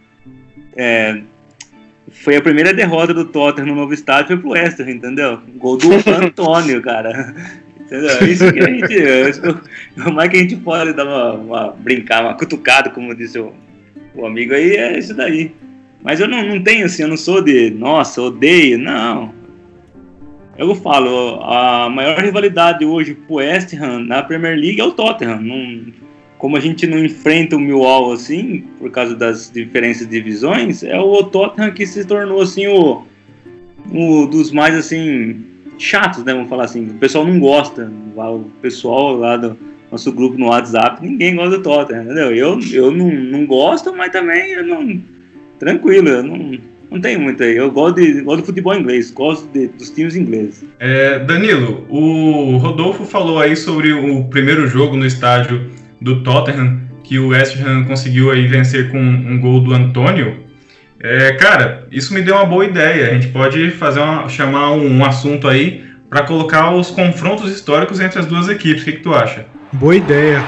é, foi a primeira derrota do Tottenham no novo estádio, foi pro West Ham, entendeu? Gol do Antônio, cara. Entendeu? É isso que a gente. O mais que a gente pode dar uma, uma brincar, uma cutucada, como disse o, o amigo aí, é isso daí. Mas eu não, não tenho assim, eu não sou de, nossa, odeio, não. Eu falo, a maior rivalidade hoje pro West Ham na Premier League é o Tottenham. Não, como a gente não enfrenta o Millwall assim, por causa das diferenças de divisões, é o Tottenham que se tornou assim o, o dos mais assim chatos, né, vamos falar assim. O pessoal não gosta, o pessoal lá do nosso grupo no WhatsApp, ninguém gosta do Tottenham, entendeu? Eu, eu não, não gosto, mas também eu não, tranquilo, eu não, não tenho muito aí. Eu gosto, de, gosto do futebol inglês, gosto de, dos times ingleses. É, Danilo, o Rodolfo falou aí sobre o primeiro jogo no estádio do Tottenham, que o West Ham conseguiu aí vencer com um gol do Antônio. É, cara, isso me deu uma boa ideia. A gente pode fazer uma, chamar um, um assunto aí para colocar os confrontos históricos entre as duas equipes. O que, que tu acha? Boa ideia.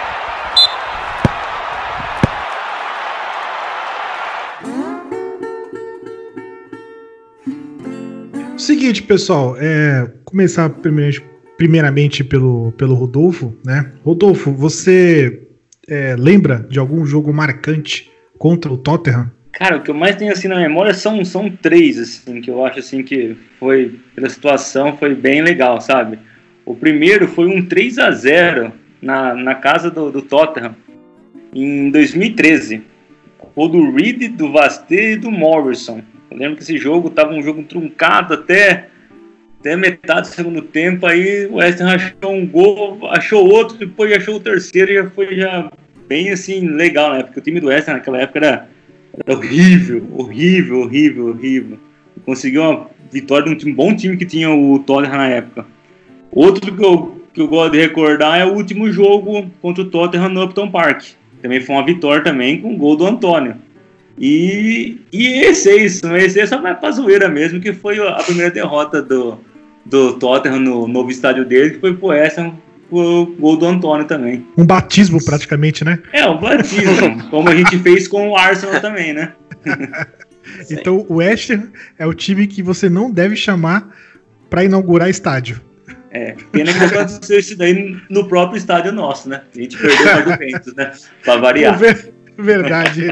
Seguinte, pessoal, é, começar primeiramente, primeiramente pelo, pelo Rodolfo, né? Rodolfo, você é, lembra de algum jogo marcante contra o Tottenham? Cara, o que eu mais tenho assim na memória são, são três, assim, que eu acho assim que foi, pela situação, foi bem legal, sabe? O primeiro foi um três a zero na, na casa do, do Tottenham, em dois mil e treze. O do Reed, do Vasté e do Morrison. Eu lembro que esse jogo tava um jogo truncado até, até metade do segundo tempo, aí o West Ham achou um gol, achou outro, depois achou o terceiro e já foi já bem assim, legal, né? Porque o time do West Ham naquela época era... Era horrível, horrível, horrível, horrível. Conseguiu uma vitória de um time, bom time que tinha o Tottenham na época. Outro que eu, que eu gosto de recordar é o último jogo contra o Tottenham no Upton Park. Também foi uma vitória também com o gol do Antônio. E, e esse é isso, esse é só pra zoeira mesmo, que foi a primeira derrota do, do Tottenham no novo estádio dele, que foi pro West Ham, o gol do Antônio também. Um batismo praticamente, né? É, um batismo, como a gente fez com o Arsenal também, né? Então o West Ham é o time que você não deve chamar para inaugurar estádio. É, pena que aconteceu isso daí no próprio estádio nosso, né? A gente perdeu o argumento, né? Pra variar. Ver, verdade.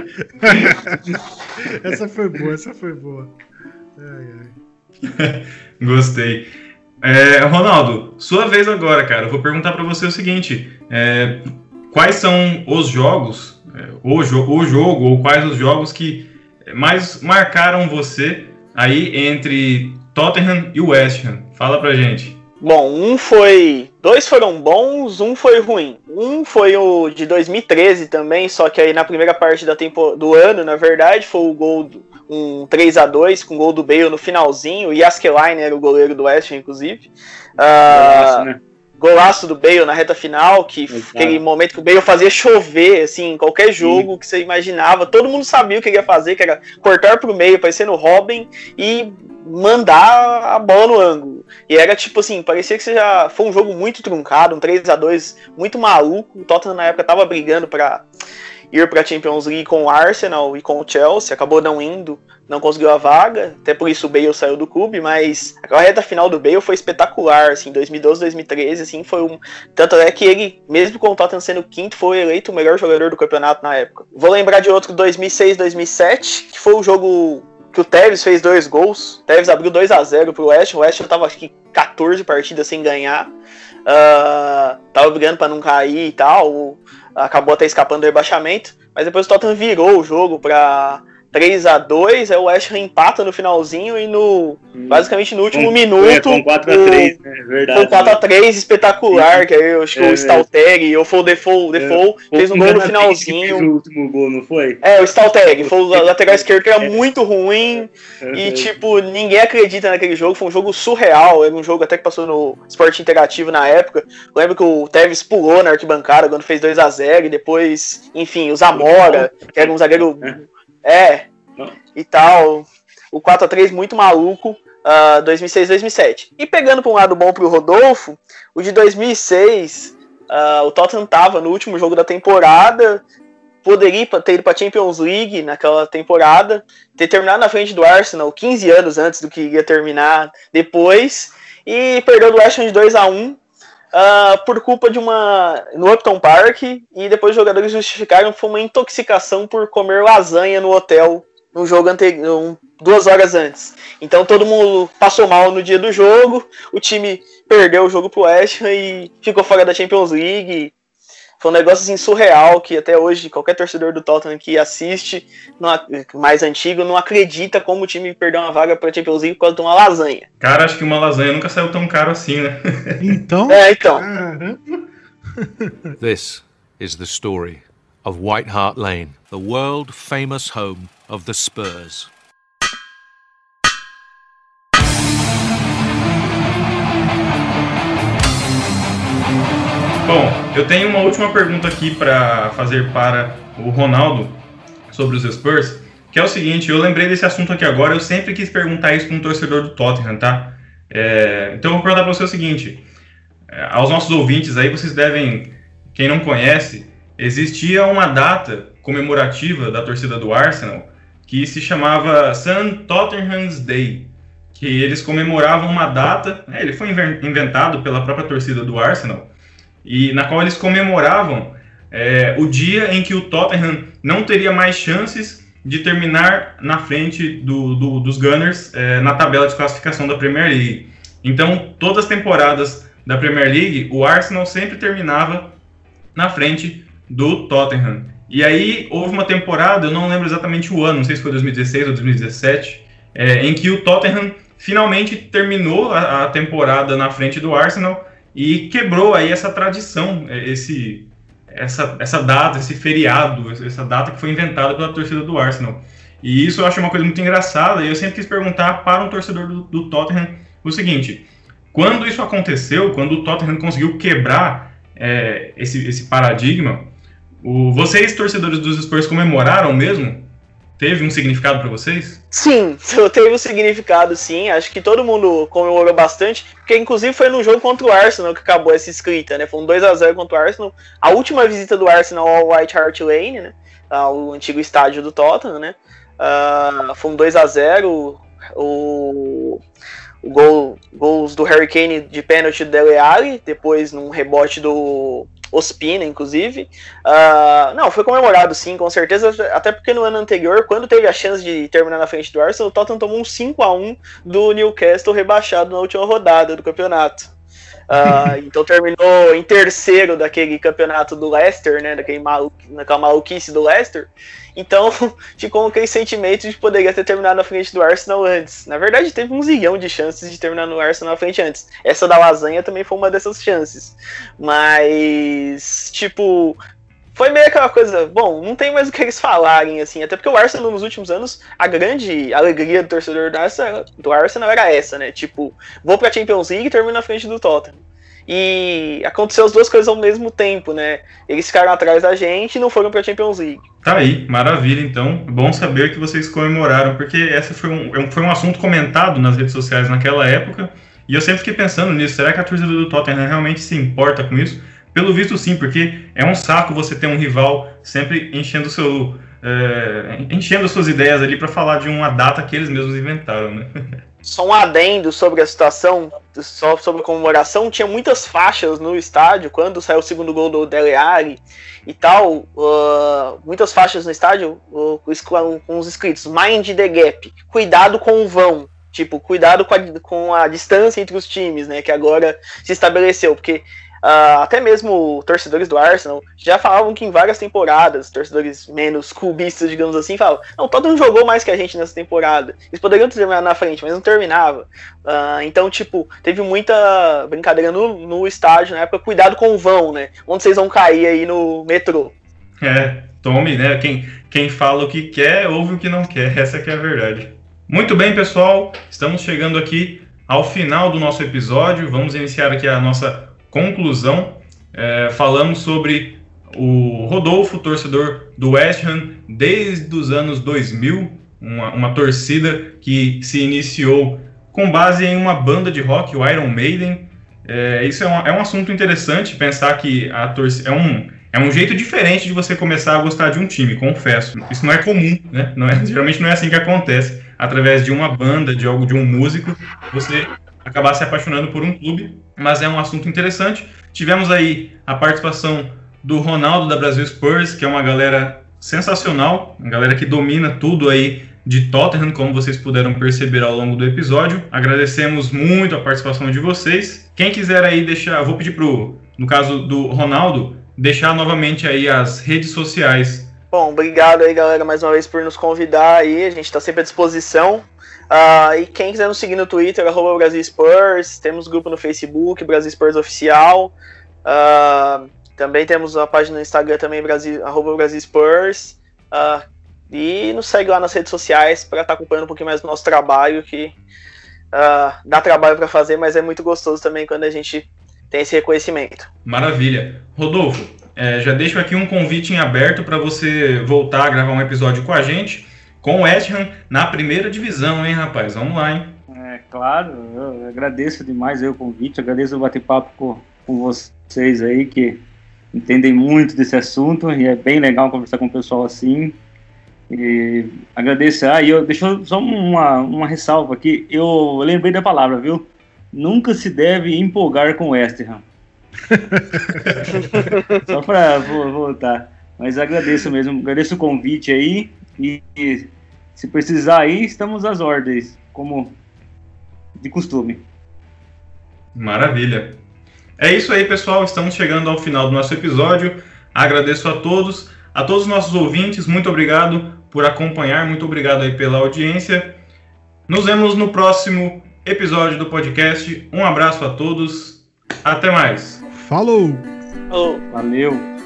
Essa foi boa, essa foi boa. Ai, ai. Gostei. É, Ronaldo, sua vez agora, cara. Eu vou perguntar para você o seguinte: é, quais são os jogos, é, o, jo- o jogo, ou quais os jogos que mais marcaram você aí entre Tottenham e West Ham. Fala pra gente. Bom, um foi... Dois foram bons, um foi ruim. Um foi o de dois mil e treze também, só que aí na primeira parte da tempo, do ano, na verdade, foi o gol, do, um três a dois com o gol do Bale no finalzinho. O Jaskelainen era o goleiro do West Ham, inclusive. Golaço, uh, né? Golaço do Bale na reta final, que Exato. Aquele momento que o Bale fazia chover, assim, em qualquer jogo Sim. que você imaginava. Todo mundo sabia o que ele ia fazer, que era cortar pro meio, parecendo o Robin, e mandar a bola no ângulo. E era tipo assim, parecia que você já foi um jogo muito truncado, um três a dois muito maluco. O Tottenham na época tava brigando para ir para a Champions League com o Arsenal e com o Chelsea, acabou não indo, não conseguiu a vaga, até por isso o Bale saiu do clube, mas a reta final do Bale foi espetacular, assim, dois mil e doze, dois mil e treze, assim, foi um... Tanto é que ele, mesmo com o Tottenham sendo quinto, foi eleito o melhor jogador do campeonato na época. Vou lembrar de outro dois mil e seis, dois mil e sete, que foi o jogo que o Tevez fez dois gols, o Tevez abriu dois a zero pro West Ham, o West Ham tava, acho que, quatorze partidas sem ganhar, uh, tava brigando pra não cair e tal, acabou até escapando do rebaixamento, mas depois o Tottenham virou o jogo pra três a dois, aí o West Ham empata no finalzinho e no hum. basicamente no último com, minuto é, com quatro a três, o, né? Verdade. Com quatro a três espetacular, que aí eu acho que é, o Stalteg ou foi o Defoe, Defoe é, fez um gol no finalzinho. Fez o último gol, não foi? É, o Stalteg, foi o lateral esquerdo que era é. muito ruim é. e tipo, ninguém acredita naquele jogo, foi um jogo surreal, era um jogo até que passou no Esporte Interativo na época. Eu lembro que o Tevez pulou na arquibancada quando fez dois a zero e depois, enfim, o Zamora, que era um zagueiro É, e tal, o quatro a três muito maluco, uh, dois mil e seis, dois mil e sete. E pegando para um lado bom pro Rodolfo, o de dois mil e seis, uh, o Tottenham tava no último jogo da temporada, poderia ter ido para a Champions League naquela temporada, ter terminado na frente do Arsenal quinze anos antes do que ia terminar depois, e perdeu do West Ham de dois a um. Uh, por culpa de uma... no Upton Park, e depois os jogadores justificaram que foi uma intoxicação por comer lasanha no hotel no jogo anterior, um, duas horas antes. Então todo mundo passou mal no dia do jogo, o time perdeu o jogo pro West Ham e ficou fora da Champions League. Foi um negócio assim, surreal, que até hoje qualquer torcedor do Tottenham que assiste, não, mais antigo, não acredita como o time perdeu uma vaga pra Champions League por causa de uma lasanha. Cara, acho que uma lasanha nunca saiu tão caro assim, né? Então? É, então. This is the story of White Hart Lane, the world famous home of the Spurs. Bom, eu tenho uma última pergunta aqui para fazer para o Ronaldo sobre os Spurs, que é o seguinte, eu lembrei desse assunto aqui agora, eu sempre quis perguntar isso para um torcedor do Tottenham, tá? É, então eu vou perguntar para você o seguinte, é, aos nossos ouvintes aí, vocês devem, quem não conhece, existia uma data comemorativa da torcida do Arsenal que se chamava Saint Tottenham's Day, que eles comemoravam uma data, é, ele foi inventado pela própria torcida do Arsenal, e na qual eles comemoravam é, o dia em que o Tottenham não teria mais chances de terminar na frente do, do, dos Gunners é, na tabela de classificação da Premier League. Então, todas as temporadas da Premier League, o Arsenal sempre terminava na frente do Tottenham. E aí, houve uma temporada, eu não lembro exatamente o ano, não sei se foi dois mil e dezesseis ou dois mil e dezessete, é, em que o Tottenham finalmente terminou a, a temporada na frente do Arsenal e quebrou aí essa tradição, esse, essa, essa data, esse feriado, essa data que foi inventada pela torcida do Arsenal. E isso eu acho uma coisa muito engraçada, e eu sempre quis perguntar para um torcedor do, do Tottenham o seguinte, quando isso aconteceu, quando o Tottenham conseguiu quebrar é, esse, esse paradigma, o, vocês, torcedores dos Spurs, comemoraram mesmo? Teve um significado para vocês? Sim, teve um significado, sim. Acho que todo mundo comemorou bastante, porque inclusive foi no jogo contra o Arsenal que acabou essa escrita, né? Foi um dois a zero contra o Arsenal. A última visita do Arsenal ao White Hart Lane, né? Ao antigo estádio do Tottenham, né? Uh, foi um dois a zero. O, o gol, gols do Harry Kane de pênalti do Dele Alli, depois num rebote do Ospina, inclusive. Uh, não, foi comemorado sim, com certeza, até porque no ano anterior, quando teve a chance de terminar na frente do Arsenal, o Tottenham tomou um cinco a um do Newcastle rebaixado na última rodada do campeonato. Uh, então terminou em terceiro daquele campeonato do Leicester, né? Daquele malu daquela maluquice do Leicester. Então ficou aquele sentimento de poderia ter terminado na frente do Arsenal antes. Na verdade, teve um zilhão de chances de terminar no Arsenal na frente antes. Essa da lasanha também foi uma dessas chances. Mas, tipo, foi meio aquela coisa, bom, não tem mais o que eles falarem, assim, até porque o Arsenal nos últimos anos, a grande alegria do torcedor do Arsenal, do Arsenal era essa, né, tipo, vou pra Champions League e termino na frente do Tottenham. E aconteceu as duas coisas ao mesmo tempo, né, eles ficaram atrás da gente e não foram pra Champions League. Tá aí, maravilha, então, bom saber que vocês comemoraram, porque esse foi um, foi um assunto comentado nas redes sociais naquela época, e eu sempre fiquei pensando nisso, será que a torcida do Tottenham realmente se importa com isso? Pelo visto sim, porque é um saco você ter um rival sempre enchendo o seu, é, enchendo as suas ideias ali para falar de uma data que eles mesmos inventaram, né? Só um adendo sobre a situação, só sobre a comemoração, tinha muitas faixas no estádio, quando saiu o segundo gol do Dele Alli e tal, uh, muitas faixas no estádio uh, com os escritos Mind the Gap, cuidado com o vão. Tipo, cuidado com a, com a distância entre os times, né, que agora se estabeleceu, porque Uh, até mesmo torcedores do Arsenal já falavam que em várias temporadas, torcedores menos clubistas, digamos assim, falavam, não, todo mundo jogou mais que a gente nessa temporada, eles poderiam terminar na frente, mas não terminava. Uh, então, tipo, teve muita brincadeira no, no estádio na época, cuidado com o vão, né, onde vocês vão cair aí no metrô. É, tome, né, quem, quem fala o que quer, ouve o que não quer, essa que é a verdade. Muito bem, pessoal, estamos chegando aqui ao final do nosso episódio, vamos iniciar aqui a nossa conclusão. É, falamos sobre o Rodolfo, torcedor do West Ham desde os anos dois mil, uma, uma torcida que se iniciou com base em uma banda de rock, o Iron Maiden. É, isso é um, é um assunto interessante, pensar que a torcida é um, é um jeito diferente de você começar a gostar de um time, confesso. Isso não é comum, né? Não é, geralmente não é assim que acontece. Através de uma banda, de algo, de um músico, você acabar se apaixonando por um clube, mas é um assunto interessante. Tivemos aí a participação do Ronaldo da Brasil Spurs, que é uma galera sensacional, uma galera que domina tudo aí de Tottenham, como vocês puderam perceber ao longo do episódio. Agradecemos muito a participação de vocês. Quem quiser aí deixar, vou pedir pro, no caso do Ronaldo, deixar novamente aí as redes sociais. Bom, obrigado aí, galera, mais uma vez por nos convidar aí, a gente está sempre à disposição. Uh, e quem quiser nos seguir no Twitter, arroba Brasil Spurs, temos grupo no Facebook, Brasil Spurs Oficial, uh, também temos a página no Instagram também, Brasil, arroba Brasil Spurs, uh, e nos segue lá nas redes sociais para estar tá acompanhando um pouquinho mais do nosso trabalho, que uh, dá trabalho para fazer, mas é muito gostoso também quando a gente tem esse reconhecimento. Maravilha. Rodolfo, é, já deixo aqui um convite em aberto para você voltar a gravar um episódio com a gente, com o West Ham na primeira divisão, hein, rapaz? Vamos lá, hein? É, claro, eu agradeço demais aí o convite, agradeço o bate-papo com, com vocês aí, que entendem muito desse assunto, e é bem legal conversar com o pessoal assim. E agradeço. Ah, e eu, deixa eu só uma, uma ressalva aqui, eu lembrei da palavra, viu? Nunca se deve empolgar com o West Ham. Só para voltar. Mas agradeço mesmo, agradeço o convite aí. E, e se precisar aí, estamos às ordens, como de costume. Maravilha. É isso aí, pessoal. Estamos chegando ao final do nosso episódio. Agradeço a todos, a todos os nossos ouvintes. Muito obrigado por acompanhar. Muito obrigado aí pela audiência. Nos vemos no próximo episódio do podcast. Um abraço a todos. Até mais. Falou! Oh. Valeu!